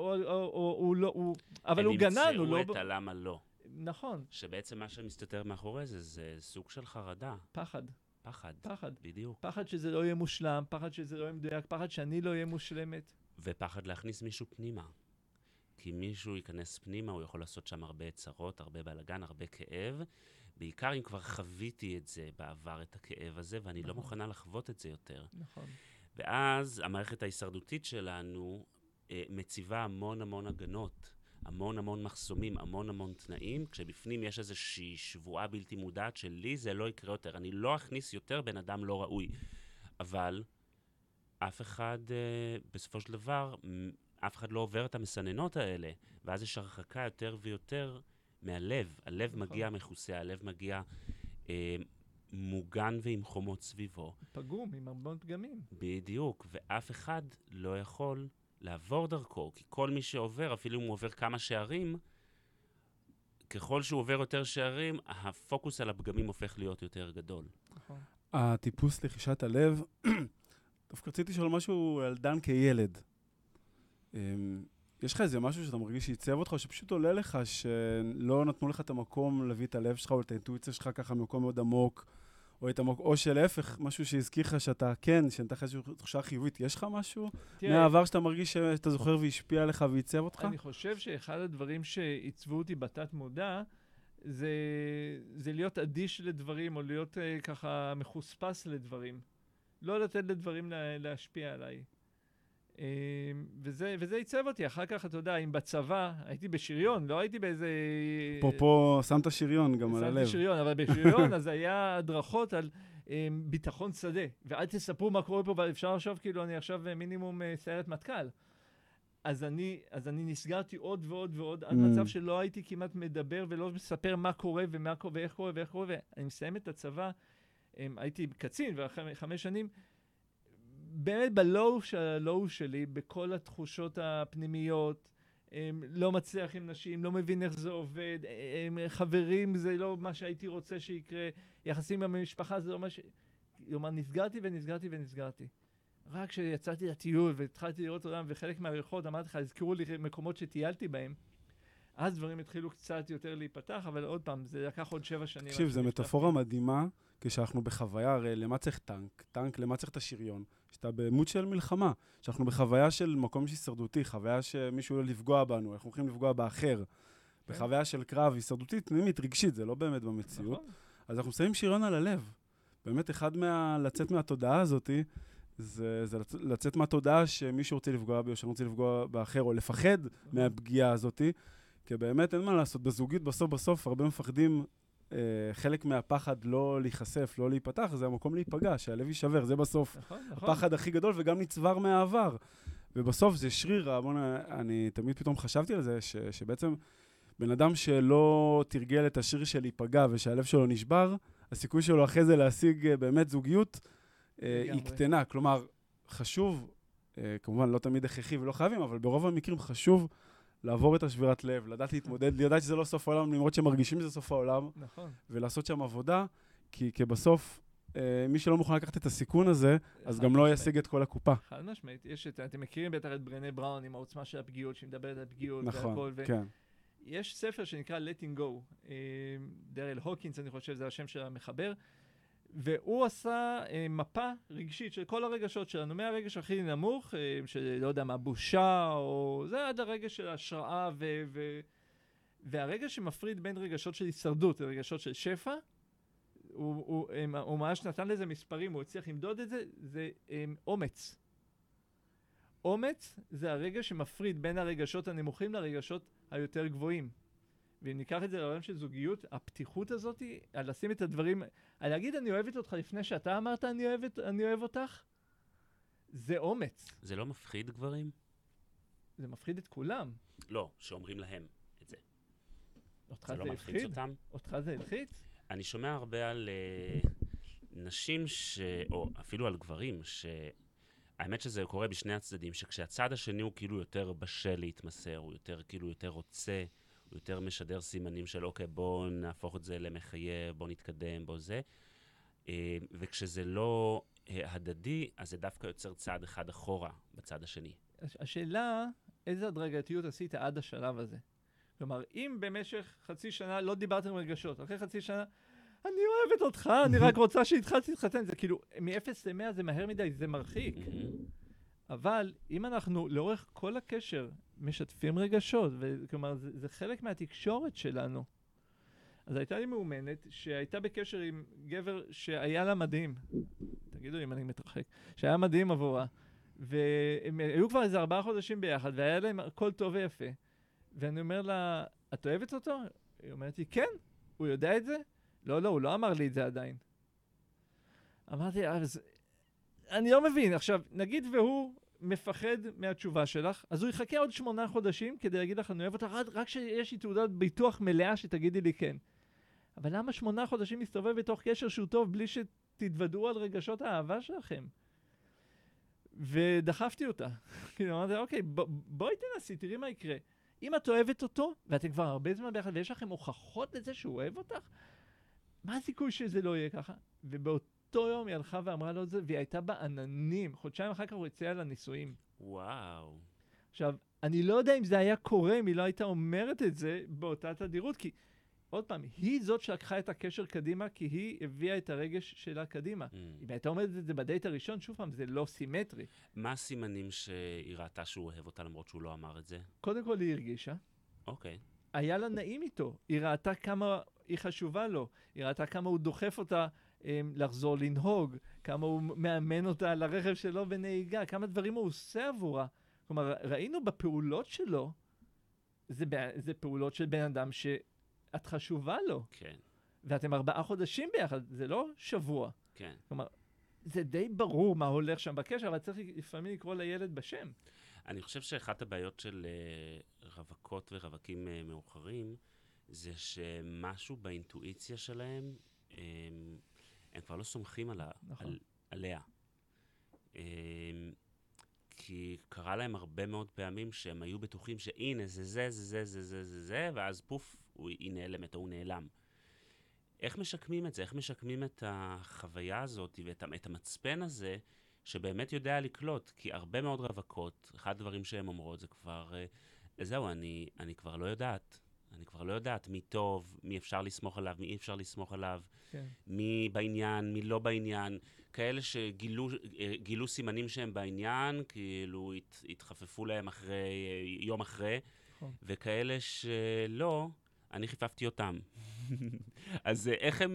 אבל הוא גנן, הוא לא... הם ימצאו את הלמה לא. נכון. שבעצם מה שמסתתר מאחורי זה סוג של חרדה. פחד. פחד. בדיוק. פחד שזה לא יהיה מושלם, פחד שזה לא יהיה מדויק, פחד שאני לא יהיה מושלמת. ופחד להכניס מישהו פנימה. כי מישהו ייכנס פנימה, הוא יכול לעשות שם הרבה צרות, הרבה בלגן, הרבה כאב. בעיקר אם כבר חוויתי את זה בעבר, את הכאב הזה, ואני לא מוכנה לחוות את זה יותר. נכון. ואז המערכת ההישרדותית שלנו מציבה המון הגנות, המון מחסומים, המון תנאים, כשבפנים יש איזושהי שבועה בלתי מודעת שלי זה לא יקרה יותר. אני לא אכניס יותר בן אדם לא ראוי. אבל אף אחד, בסופו של דבר, אף אחד לא עובר את המסננות האלה, ואז יש הרחקה יותר ויותר מהלב. הלב מגיע מכוסה, הלב מגיע מוגן ועם חומות סביבו. פגום, עם הרבה פגמים. בדיוק, ואף אחד לא יכול לעבור דרכו, כי כל מי שעובר, אפילו אם הוא עובר כמה שערים, ככל שהוא עובר יותר שערים, הפוקוס על הפגמים הופך להיות יותר גדול. נכון. הטיפוס לחישת הלב, דווקא רציתי לשאול משהו על דן כילד. יש לך איזה משהו שאתה מרגיש שיצב אותך, או שפשוט עולה לך, שלא נתנו לך את המקום להביא את הלב שלך, או את האינטואיציה שלך ככה ממקום מאוד עמוק, או שלהפך, משהו שהזכיר לך שאתה כן, שנתן לך איזושהי תחושה חיובית. יש לך משהו מהעבר שאתה מרגיש שאתה זוכר והשפיע עליך ויצב אותך? אני חושב שאחד הדברים שעיצבו אותי בתת מודע, זה להיות אדיש לדברים, או להיות ככה מחוספס לדברים. לא לתת לדברים להשפיע עליי. וזה ייצב אותי. אחר כך, אתה יודע, אם בצבא, הייתי בשריון, לא הייתי באיזה... פה שמת שריון גם על הלב. שמתי שריון, אבל בשריון אז היה הדרכות על ביטחון שדה. ואל תספרו מה קורה פה, ואפשר עכשיו, כאילו, אני עכשיו מינימום סיירת מטכ"ל. אז אני נסגרתי עוד ועוד ועוד, עד מצב שלא הייתי כמעט מדבר ולא מספר מה קורה ומה קורה ואיך קורה ואיך קורה, ואני מסיים את הצבא, הייתי קצין, ואחרי 5 שנים, באמת בלואו שלי, בכל התחושות הפנימיות, לא מצליח עם נשים, לא מבין איך זה עובד, חברים זה לא מה שהייתי רוצה שיקרה, יחסים עם המשפחה זה לא מה ש... כלומר, נסגרתי. רק כשיצאתי לטיול והתחלתי לראות אותם, וחלק מהריחות, אמרתי לך, הזכירו לי מקומות שטיילתי בהם, אז דברים התחילו קצת יותר להיפתח, אבל עוד פעם, זה לקח עוד 7 שנים. תקשיב, זו מטאפורה מדהימה, כשאנחנו בחוויה, הרי למה צריך טנק? טנק, למה צריך את השריון? שאתה במות של מלחמה, שאנחנו בחוויה של מקום הישרדותי, חוויה שמישהו לא לפגוע בנו, אנחנו הולכים לפגוע באחר, בחוויה של קרב הישרדותית, פנימית, רגשית, זה לא באמת במציאות. אז אנחנו שמים שריון על הלב. באמת, לצאת מהתודעה הזאת, זה לצאת מהתודעה שמישהו רוצה לפגוע בי, או שאני רוצה לפגוע באחר, או לפחד מהפגיעה הזאת, כי באמת אין מה לעשות. בזוגית, בסוף, הרבה מפחדים, חלק מהפחד לא להיחשף, לא להיפתח, זה המקום להיפגע, שהלב יישבר, זה בסוף הפחד הכי גדול, וגם נצבר מהעבר. ובסוף זה שריר, אני תמיד פתאום חשבתי על זה, שבעצם בן אדם שלא תרגל את השריר של להיפגע, ושהלב שלו נשבר, הסיכוי שלו אחרי זה להשיג באמת זוגיות, היא קטנה. כלומר, חשוב, כמובן לא תמיד הכרחי ולא חייבים, אבל ברוב המקרים חשוב לעבור את השבירת לב, לדעת להתמודד, לדעת שזה לא סוף העולם, למרות שמרגישים שזה סוף העולם, נכון. ולעשות שם עבודה, כי בסוף, מי שלא מוכן לקחת את הסיכון הזה, אז גם לא ישיג את כל הקופה. חד משמעית. אתם מכירים בטח את ברנה בראון עם העוצמה של הפגיעות, שהיא מדברת על פגיעות והכל. נכון, כן. יש ספר שנקרא Letting Go, דרל הוקינס, אני חושב, זה השם של המחבר, והוא עשה מפה רגשית של כל הרגשות שלנו, מהרגש הכי נמוך, של לא יודע מה, בושה, או זה עד הרגש של השראה, והרגש שמפריד בין רגשות של הישרדות לרגשות של שפע, הוא ממש נתן לזה מספרים, הוא הצליח למדוד את זה, זה אומץ. אומץ זה הרגש שמפריד בין הרגשות הנמוכים לרגשות היותר גבוהים. ואם ניקח את זה לעולם של זוגיות, הפתיחות הזאת, על לשים את הדברים, על להגיד אני אוהבת אותך לפני שאתה אמרת אני אוהב אותך, זה אומץ. זה לא מפחיד גברים? זה מפחיד את כולם. לא, שאומרים להם את זה. אותך זה מלחיץ אותם? אותך זה מלחיץ? אני שומע הרבה על נשים או אפילו על גברים, האמת שזה קורה בשני הצדדים, שכשהצד השני הוא כאילו יותר בשל להתמסר, הוא יותר כאילו יותר רוצה, הוא יותר משדר סימנים של אוקיי, בוא נהפוך את זה למחייב, בוא נתקדם, בוא זה. וכשזה לא הדדי, אז זה דווקא יוצר צעד אחד אחורה בצד השני. השאלה, איזה הדרגתיות עשית עד השלב הזה? כלומר, אם במשך חצי שנה לא דיברתם רגשות, אחרי חצי שנה, אני אוהבת אותך, אני רק רוצה שהתחלתי להתחתן, זה כאילו, מ-0 ל-100 זה מהר מדי, זה מרחיק. אבל אם אנחנו לאורך כל הקשר משתפים רגשות, וכלומר, זה חלק מהתקשורת שלנו. אז הייתה לי מאומנת שהייתה בקשר עם גבר שהיה לה מדהים, תגידו לי אם אני מתרחק, שהיה מדהים עבורה, והם היו כבר איזה 4 חודשים ביחד, והיה להם הכל טוב ויפה. ואני אומר לה, את אוהבת אותו? היא אומרת לי, כן, הוא יודע את זה? לא, הוא לא אמר לי את זה עדיין. אמרתי, אז אני לא מבין. עכשיו, נגיד והוא מפחד מהתשובה שלך, אז הוא יחכה עוד 8 חודשים כדי להגיד לך, אני אוהב אותך, רק שיש לי תעודת ביטוח מלאה שתגידי לי כן. אבל למה 8 חודשים מסתובב בתוך קשר שהוא טוב בלי שתתוודעו על רגשות האהבה שלכם? ודחפתי אותה. כאילו, אמרתי, אוקיי, בואי תנסי, תראי מה יקרה. אם את אוהבת אותו, ואתם כבר הרבה זמן ביחד, ויש לכם הוכחות לזה שהוא אוהב אותך, מה הסיכוי שזה לא יהיה ככה? ובאותו יום היא הלכה ואמרה לו את זה, והיא הייתה בעננים. חודשיים אחר כך הוא הציע לה נישואים. וואו. עכשיו, אני לא יודע אם זה היה קורה, אם היא לא הייתה אומרת את זה באותה תדירות, כי עוד פעם, היא זאת שלקחה את הקשר קדימה, כי היא הביאה את הרגש שלה קדימה. אם הייתה אומרת את זה בדייט הראשון, שוב פעם, זה לא סימטרי. מה הסימנים שהיא ראתה שהוא אוהב אותה למרות שהוא לא אמר את זה? קודם כל היא הרגישה. אוקיי. היה לה נעים איתו. היא ראתה כמה היא חשובה לו. היא ראתה כמה הוא דוחף אותה לחזור לנהוג, כמה הוא מאמן אותה על הרכב שלו בנהיגה, כמה דברים הוא עושה עבורה. כלומר, ראינו בפעולות שלו, זה פעולות של בן אדם שאת חשובה לו. כן. ואתם 4 חודשים ביחד, זה לא שבוע. כן. כלומר, זה די ברור מה הולך שם בקשר, אבל צריך לפעמים לקרוא לילד בשם. אני חושב שאחת הבעיות של רווקות ורווקים מאוחרים, זה שמשהו באינטואיציה שלהם, הם כבר לא סומכים עליה. כי קרה להם הרבה מאוד פעמים שהם היו בטוחים שהנה זה, ואז פוף, היא נעלמת או הוא נעלם. איך משקמים את זה? איך משקמים את החוויה הזאת ואת המצפן הזה שבאמת יודע לקלוט? כי הרבה מאוד רווקות, אחד הדברים שהן אומרות זה כבר, זהו, אני כבר לא יודעת. אני כבר לא יודעת מי טוב, מי אפשר לסמוך עליו, מי אי אפשר לסמוך עליו, כן. מי בעניין, מי לא בעניין. כאלה שגילו סימנים שהם בעניין, כאילו התחפפו להם יום אחרי, וכאלה שלא, אני חיפפתי אותם. אז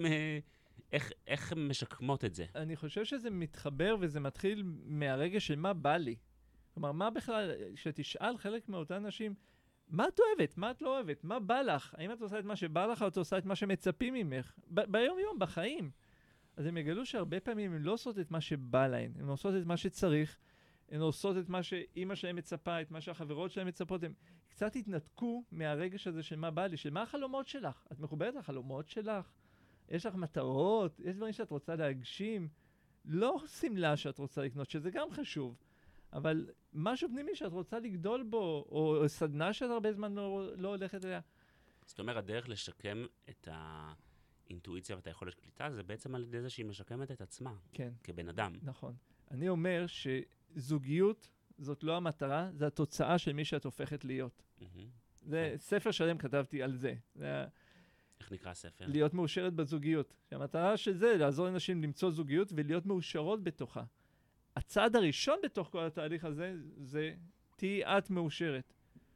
איך הם משקמות את זה? אני חושב שזה מתחבר וזה מתחיל מהרגע של מה בא לי. כלומר, מה בכלל, שתשאל חלק מאותן אנשים, מה את אוהבת? מה את לא אוהבת? מה בא לך? האם את עושה את מה שבא לך או את עושה את מה שמצפים ממך? ביום יום, בחיים. אז הם יגלו שהרבה פעמים הם לא עושות את מה שבא להן, הן עושות את מה שצריך, הן עושות את מה שאמא שלהם מצפה, את מה שהחברות שלהם מצפות, הם קצת התנתקו מהרגש הזה של מה בא לי, של מה החלומות שלך? את מחוברת לחלומות שלך? יש לך מטרות? יש דברים שאת רוצה להגשים? לא סמלה שאת רוצה לקנות, שזה גם חשוב, אבל משהו פנימי שאת רוצה לגדול בו, או סדנה שאת הרבה זמן לא הולכת אליה. זאת אומרת, הדרך לשקם את האינטואיציה ואת היכולת קליטה, זה בעצם על ידי זה שהיא משקמת את עצמה, כן. כבן אדם. נכון. אני אומר שזוגיות זאת לא המטרה, זה התוצאה של מי שאת הופכת להיות. זה ספר שלם כתבתי על זה. איך נקרא הספר? להיות מאושרת בזוגיות. המטרה של זה, לעזור לנשים למצוא זוגיות ולהיות מאושרות בתוכה. הצעד הראשון בתוך כל התהליך הזה, זה תהי את מאושרת.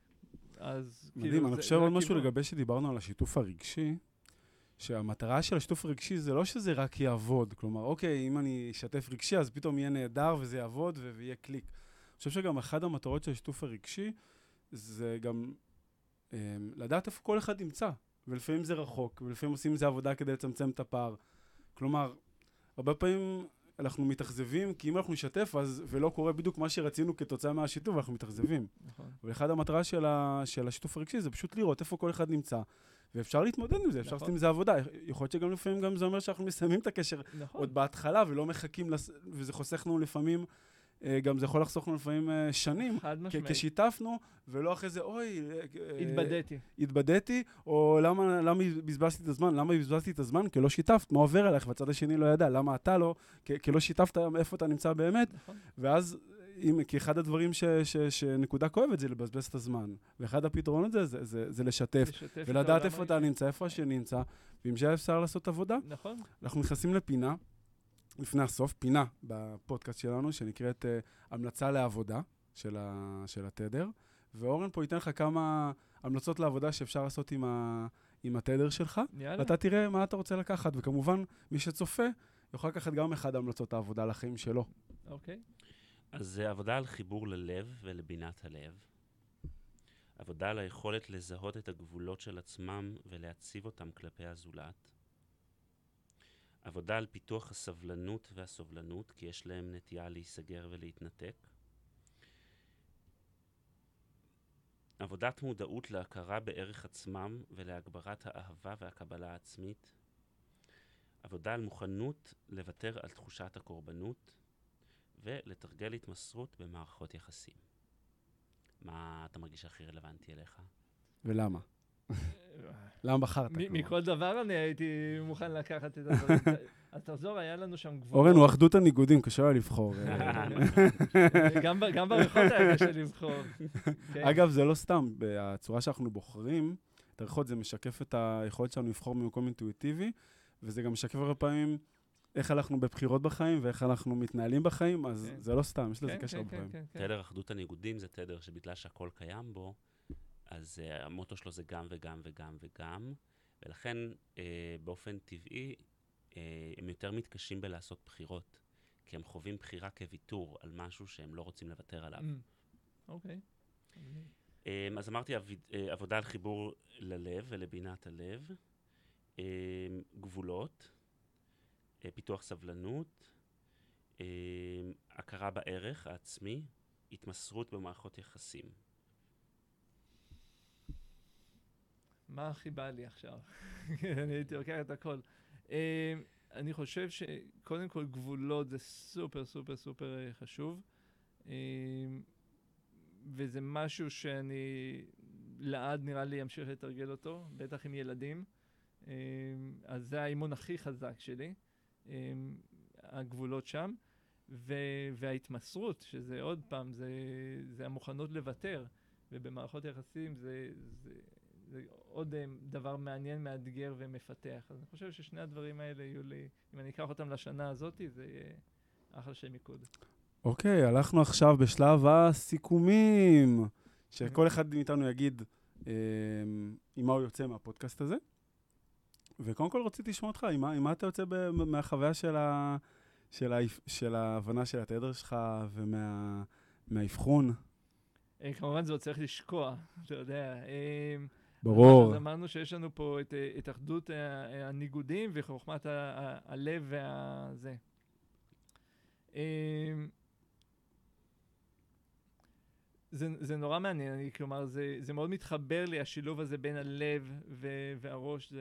אז מדהים, אני חושב עוד משהו לגבי שדיברנו על השיתוף הרגשי, שהמטרה של השיתוף הרגשי זה לא שזה רק יעבוד. כלומר, אוקיי, אם אני אשתף רגשי, אז פתאום יהיה נהדר וזה יעבוד ויהיה קליק. אני חושב שגם אחת המטרות של השיתוף הרגשי, זה גם לדעת איפה כל אחד נמצא. ולפעמים זה רחוק, ולפעמים עושים איזה עבודה כדי לצמצם את הפער. כלומר, הרבה פעמים אנחנו מתאכזבים, כי אם אנחנו נשתף, אז ולא קורה בדיוק מה שרצינו כתוצאה מהשיתוף, אנחנו מתאכזבים. נכון. ואחד המטרה של השיתוף הרגשי זה פשוט לראות איפה כל אחד נמצא, ואפשר להתמודד עם זה, אפשר לעשות עם זה עבודה. יכול להיות שגם לפעמים גם זה אומר שאנחנו מסיימים את הקשר עוד בהתחלה, ולא מחכים, וזה חוסך לנו לפעמים, גם זה יכול לחסוך לנו לפעמים שנים, כשיתפנו, ולא אחרי זה, אוי, התבדיתי, או למה בזבזתי את הזמן? למה בזבזתי את הזמן? כי לא שיתפת, מה עובר עליך? והצד השני לא ידע, למה אתה לא? כי לא שיתפת איפה אתה נמצא באמת, ואז, כי אחד הדברים שנקודה כואבת זה לבזבז את הזמן, ואחד הפתרונות זה לשתף, ולדעת איפה אתה נמצא, איפה השני נמצא, ועם זה אפשר לעשות עבודה. אנחנו נכנסים לפינה, לפני הסוף, פינה בפודקאסט שלנו, שנקראת המלצה לעבודה של התדר, ואורן פה ייתן לך כמה המלצות לעבודה שאפשר לעשות עם התדר שלך, ואתה תראה מה אתה רוצה לקחת, וכמובן, מי שצופה, יוכל לקחת גם אחד המלצות העבודה לחיים שלו. אוקיי. אז זה עבודה על חיבור ללב ולבינת הלב. עבודה על היכולת לזהות את הגבולות של עצמם ולהציב אותם כלפי הזולת. עבודה על פיתוח הסבלנות והסובלנות, כי יש להם נטייה להיסגר ולהתנתק. עבודת מודעות להכרה בערך עצמם ולהגברת האהבה והקבלה העצמית. עבודה על מוכנות לוותר על תחושת הקורבנות, ולתרגל התמסרות במערכות יחסים. מה אתה מרגיש הכי רלוונטי אליך? ולמה? למה בחרת? מכל דבר אני הייתי מוכן לקחת את הדברים. אז תחזור, היה לנו שם גבולות. אורן, הוא אחדות הניגודים, קשה היה לבחור. גם בריחות היה קשה לבחור. אגב, זה לא סתם. בצורה שאנחנו בוחרים, את הריחות זה משקף את היכולת שלנו לבחור ממקום אינטואיטיבי, וזה גם משקף הרבה פעמים איך אנחנו בבחירות בחיים, ואיך אנחנו מתנהלים בחיים, אז זה לא סתם, יש לזה קשר בחיים. תדר אחדות הניגודים זה תדר שבגלל שהכל קיים בו, אז המוטו שלו זה גם וגם וגם וגם, ולכן באופן טבעי הם יותר מתקשים בלעשות בחירות, כי הם חווים בחירה כוויתור על משהו שהם לא רוצים לוותר עליו. אוקיי. אז אמרתי עבודה על חיבור ללב ולבינת הלב, גבולות, פיתוח סבלנות, הכרה בערך העצמי, התמסרות במערכות יחסים. מה הכי בא לי עכשיו? אני הייתי לוקח את הכל. אני חושב שקודם כל גבולות זה סופר סופר סופר חשוב. וזה משהו שאני לעד נראה לי אמשיך לתרגל אותו, בטח עם ילדים. אז זה האימון הכי חזק שלי, הגבולות שם. וההתמסרות, שזה עוד פעם, זה המוכנות לוותר. ובמערכות יחסים זה עוד דבר מעניין, מאתגר ומפתח. אז אני חושב ששני הדברים האלה יהיו לי, אם אני אקח אותם לשנה הזאת, זה יהיה אחלה של מיקוד. אוקיי, הלכנו עכשיו בשלב הסיכומים, שכל אחד מאיתנו יגיד עם מה הוא יוצא מהפודקאסט הזה. וקודם כל רציתי לשמוע אותך, עם מה אתה יוצא מהחוויה של ההבנה של התדר שלך ומהאבחון? כמובן זה עוד צריך לשקוע, אתה יודע. ברור. אז אמרנו שיש לנו פה את אחדות הניגודים וחוכמת הלב והזה. זה נורא מעניין, כלומר, זה מאוד מתחבר לי, השילוב הזה בין הלב והראש,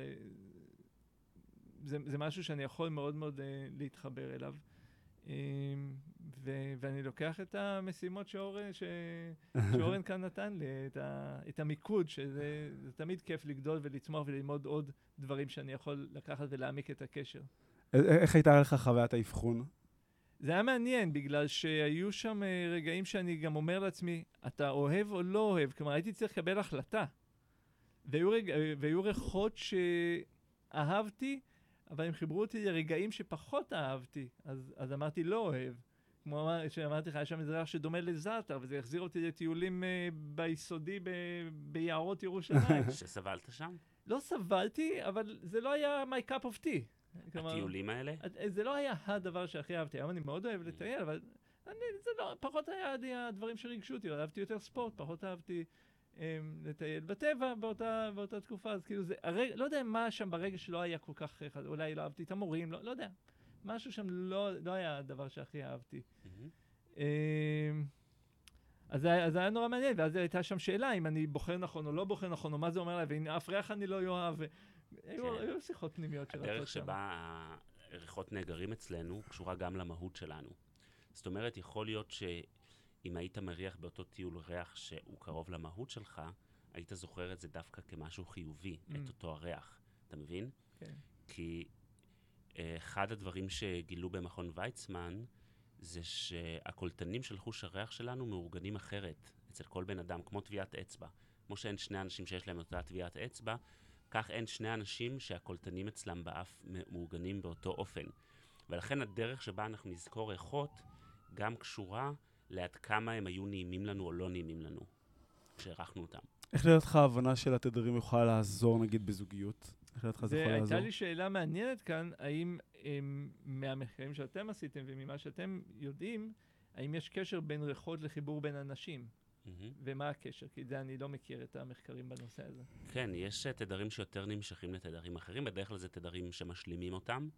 זה משהו שאני יכול מאוד מאוד להתחבר אליו. ואני לוקח את המשימות שאורן כאן נתן לי, את המיקוד, שזה תמיד כיף לגדול ולצמוח וללמוד עוד דברים שאני יכול לקחת ולהעמיק את הקשר. איך הייתה לך חוויית האבחון? זה היה מעניין, בגלל שהיו שם רגעים שאני גם אומר לעצמי, אתה אוהב או לא אוהב? כלומר, הייתי צריך לקבל החלטה. והיו ריחות שאהבתי, אבל הם חיברו אותי לרגעים שפחות אהבתי, אז אמרתי לא אוהב. כמו שאמרתי לך, יש שם איזה ריח שדומה לזאטר, וזה החזיר אותי לטיולים ביסודי ביערות ירושלים. שסבלת שם? לא סבלתי, אבל זה לא היה my cup of tea. הטיולים האלה? זה לא היה הדבר שהכי אהבתי. היום אני מאוד אוהב לטייל, אבל זה לא, פחות היה הדברים שריגשו אותי. אהבתי יותר ספורט, פחות אהבתי לטייל בטבע באותה תקופה. אז כאילו זה, לא יודע מה שם ברגע שלא היה כל כך, אולי לא אהבתי את המורים, לא יודע. משהו שם לא היה הדבר שהכי אהבתי. אז זה היה נורא מעניין, ואז הייתה שם שאלה אם אני בוחר נכון או לא בוחר נכון, או מה זה אומר לה, ואם אף ריח אני לא אוהב. היו שיחות פנימיות שרצות שם. הדרך שבה הריחות נאגרים אצלנו קשורה גם למהות שלנו. זאת אומרת, יכול להיות שאם היית מריח באותו טיול ריח שהוא קרוב למהות שלך, היית זוכר את זה דווקא כמשהו חיובי, את אותו הריח. אתה מבין? כן. כי אחד הדברים שגילו במכון ויצמן, זה שהקולטנים של חוש הריח שלנו מאורגנים אחרת אצל כל בן אדם, כמו טביעת אצבע. כמו שאין שני אנשים שיש להם אותה טביעת אצבע, כך אין שני אנשים שהקולטנים אצלם באף מאורגנים באותו אופן. ולכן הדרך שבה אנחנו נזכור ריחות גם קשורה לעד כמה הם היו נעימים לנו או לא נעימים לנו, כשערכנו אותם. איך לדעתך ההבנה של התדרים יכולה לעזור, נגיד, בזוגיות? איך לדעתך זה יכול לעזור? הייתה לי שאלה מעניינת כאן, האם מהמחקרים שאתם עשיתם וממה שאתם יודעים, האם יש קשר בין ריחות לחיבור בין אנשים? ומה הקשר? כי זה אני לא מכיר את המחקרים בנושא הזה. כן, יש תדרים שיותר נמשכים לתדרים אחרים, בדרך כלל זה תדרים שמשלימים אותם.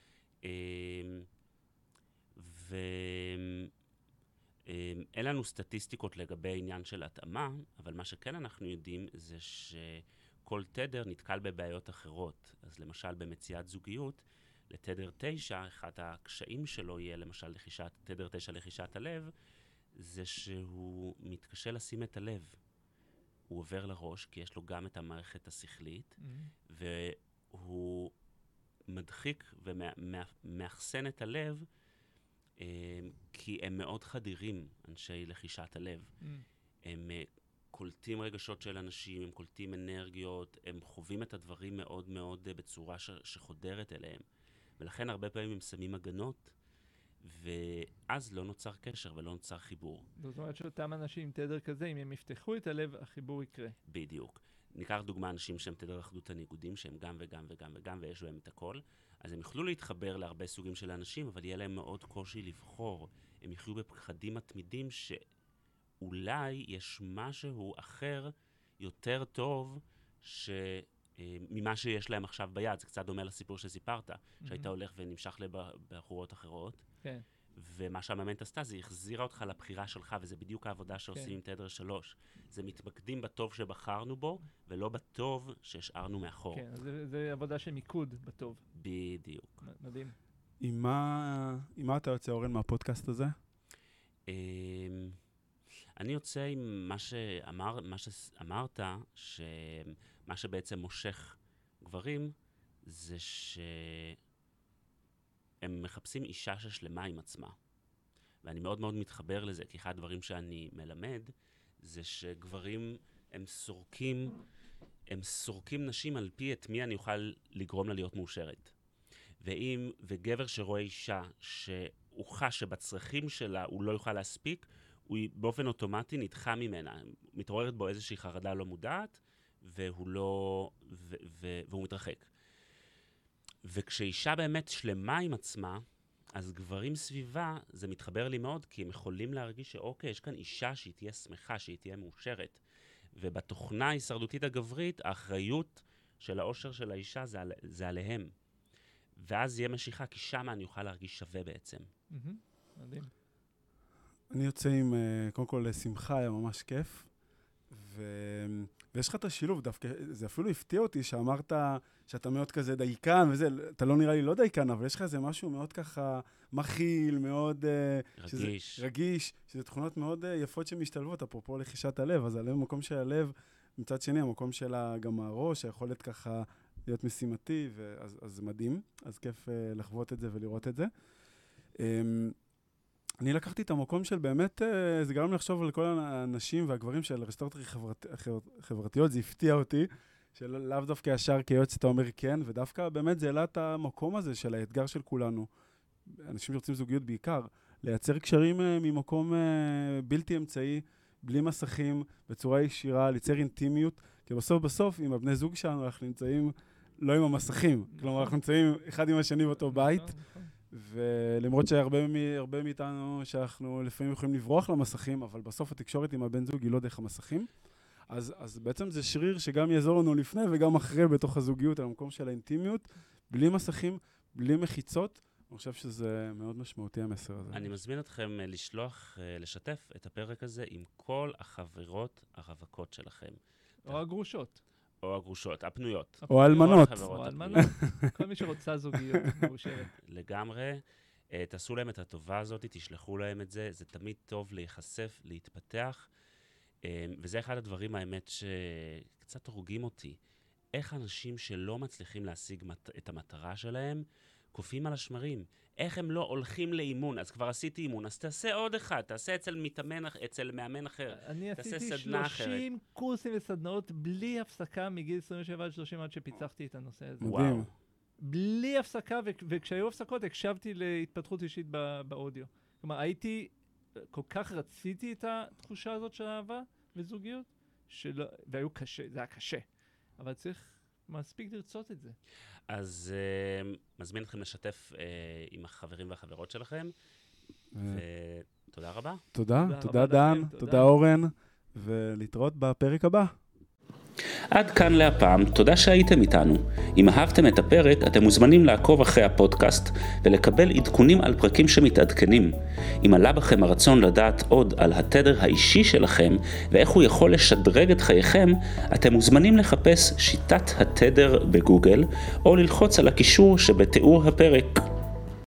ואין לנו סטטיסטיקות לגבי עניין של התאמה, אבל מה שכן אנחנו יודעים זה שכל תדר נתקל בבעיות אחרות. אז למשל במציאת זוגיות, לתדר 9, אחד הקשיים שלו יהיה למשל תדר 9 לחישת הלב, זה שהוא מתקשה לשים את הלב. הוא עובר לראש, כי יש לו גם את המערכת השכלית, והוא מדחיק ומאחסן את הלב, כי הם מאוד חדירים, אנשי לחישת הלב. הם קולטים רגשות של אנשים, הם קולטים אנרגיות, הם חווים את הדברים מאוד מאוד בצורה שחודרת אליהם. ולכן הרבה פעמים הם שמים הגנות, ואז לא נוצר קשר ולא נוצר חיבור. זאת אומרת שאותם אנשים עם תדר כזה, אם הם יפתחו את הלב, החיבור יקרה. בדיוק. ניקח דוגמה אנשים שהם תדר אחדות הניגודים, שהם גם וגם וגם וגם, ויש בהם את הכל. אז הם יוכלו להתחבר להרבה סוגים של אנשים, אבל יהיה להם מאוד קושי לבחור. הם יחיו בפחדים מתמידים שאולי יש משהו אחר יותר טוב ממה שיש להם עכשיו ביד. זה קצת דומה לסיפור שסיפרת, שהיית הולך ונמשך לבחורות אחרות. כן. ומה שהמאמנת עשתה, זה החזירה אותך לבחירה שלך, וזה בדיוק העבודה שעושים עם תדר 3. זה מתמקדים בטוב שבחרנו בו, ולא בטוב שהשארנו מאחור. כן, זה עבודה של מיקוד בטוב. בדיוק. מדהים. עם מה אתה יוצא, אורן, מהפודקאסט הזה? אני יוצא עם מה שאמרת, שמה שבעצם מושך גברים, זה שהם מחפשים אישה ששלמה עם עצמה. ואני מאוד מאוד מתחבר לזה, כי אחד הדברים שאני מלמד, זה שגברים הם סורקים נשים על פי את מי אני אוכל לגרום לה להיות מאושרת. וגבר שרואה אישה שהוא חש שבצרכים שלה הוא לא יוכל להספיק, הוא באופן אוטומטי נדחה ממנה, מתעוררת בו איזושהי חרדה לא מודעת, והוא מתרחק. וכשאישה באמת שלמה עם עצמה, אז גברים סביבה, זה מתחבר לי מאוד, כי הם יכולים להרגיש שאוקיי, יש כאן אישה שהיא תהיה שמחה, שהיא תהיה מאושרת. ובתוכנה ההישרדותית הגברית, האחריות של האושר של האישה זה עליהם. ואז יהיה משיכה, כי שמה אני אוכל להרגיש שווה בעצם. מדהים. אני יוצא עם, קודם כל, שמחה, היה ממש כיף. ויש לך את השילוב דווקא, זה אפילו הפתיע אותי שאמרת שאתה מאוד כזה דייקן וזה, אתה לא נראה לי לא דייקן, אבל יש לך איזה משהו מאוד ככה מכיל, מאוד רגיש, שזה תכונות מאוד יפות שמשתלבות, אפרופו לחישת הלב, אז הלב מקום של הלב, מצד שני, המקום שלה גם הראש, היכולת ככה להיות משימתי, אז זה מדהים, אז כיף לחוות את זה ולראות את זה. אני לקחתי את המקום של באמת, זה גרם לחשוב על כל האנשים והגברים של רשתות חברתיות, זה הפתיע אותי, שלאו דווקא ישר כיועץ אתה אומר כן, ודווקא באמת זה העלה את המקום הזה של האתגר של כולנו, אנשים שרוצים זוגיות בעיקר, לייצר קשרים ממקום בלתי אמצעי, בלי מסכים, בצורה ישירה, לייצר אינטימיות, כי בסוף עם הבני זוג שלנו אנחנו נמצאים לא עם המסכים, כלומר אנחנו נמצאים אחד עם השני באותו בית, ולמרות שהרבה מאיתנו שאנחנו לפעמים יכולים לברוח למסכים, אבל בסוף התקשורת עם הבן זוג היא לא דרך המסכים. אז בעצם זה שריר שגם יעזור לנו לפני וגם אחרי בתוך הזוגיות, על המקום של האינטימיות, בלי מסכים, בלי מחיצות. אני חושב שזה מאוד משמעותי המסר הזה. אני מזמין אתכם לשתף את הפרק הזה עם כל החברות הרווקות שלכם. או הגרושות. או הגרושות, הפנויות. או האלמנות. או האלמנות. כל מי שרוצה זוגיות מאושרת. לגמרי. תעשו להם את הטובה הזאת, תשלחו להם את זה. זה תמיד טוב להיחשף, להתפתח. וזה אחד הדברים, האמת, שקצת הורגים אותי. איך אנשים שלא מצליחים להשיג את המטרה שלהם, קופים על השמרים. איך הם לא הולכים לאימון? אז כבר עשיתי אימון, אז תעשה עוד אחד, תעשה אצל מאמן אחר. אני עשיתי 30 קורסים וסדנאות בלי הפסקה מגיל 27 עד 30 עד שפיצחתי את הנושא הזה. מדהים. בלי הפסקה, וכשהיו הפסקות הקשבתי להתפתחות אישית באודיו. כלומר, כל כך רציתי את התחושה הזאת של אהבה וזוגיות, והיו קשה, זה היה קשה. אבל צריך מספיק לרצות את זה. אז מזמין אתכם לשתף עם החברים והחברות שלכם, ותודה רבה. תודה דן, תודה אורן, ולהתראות בפרק הבא. עד כאן להפעם, תודה שהייתם איתנו. אם אהבתם את הפרק, אתם מוזמנים לעקוב אחרי הפודקאסט ולקבל עדכונים על פרקים שמתעדכנים. אם עלה בכם הרצון לדעת עוד על התדר האישי שלכם ואיך הוא יכול לשדרג את חייכם, אתם מוזמנים לחפש שיטת התדר בגוגל או ללחוץ על הקישור שבתיאור הפרק.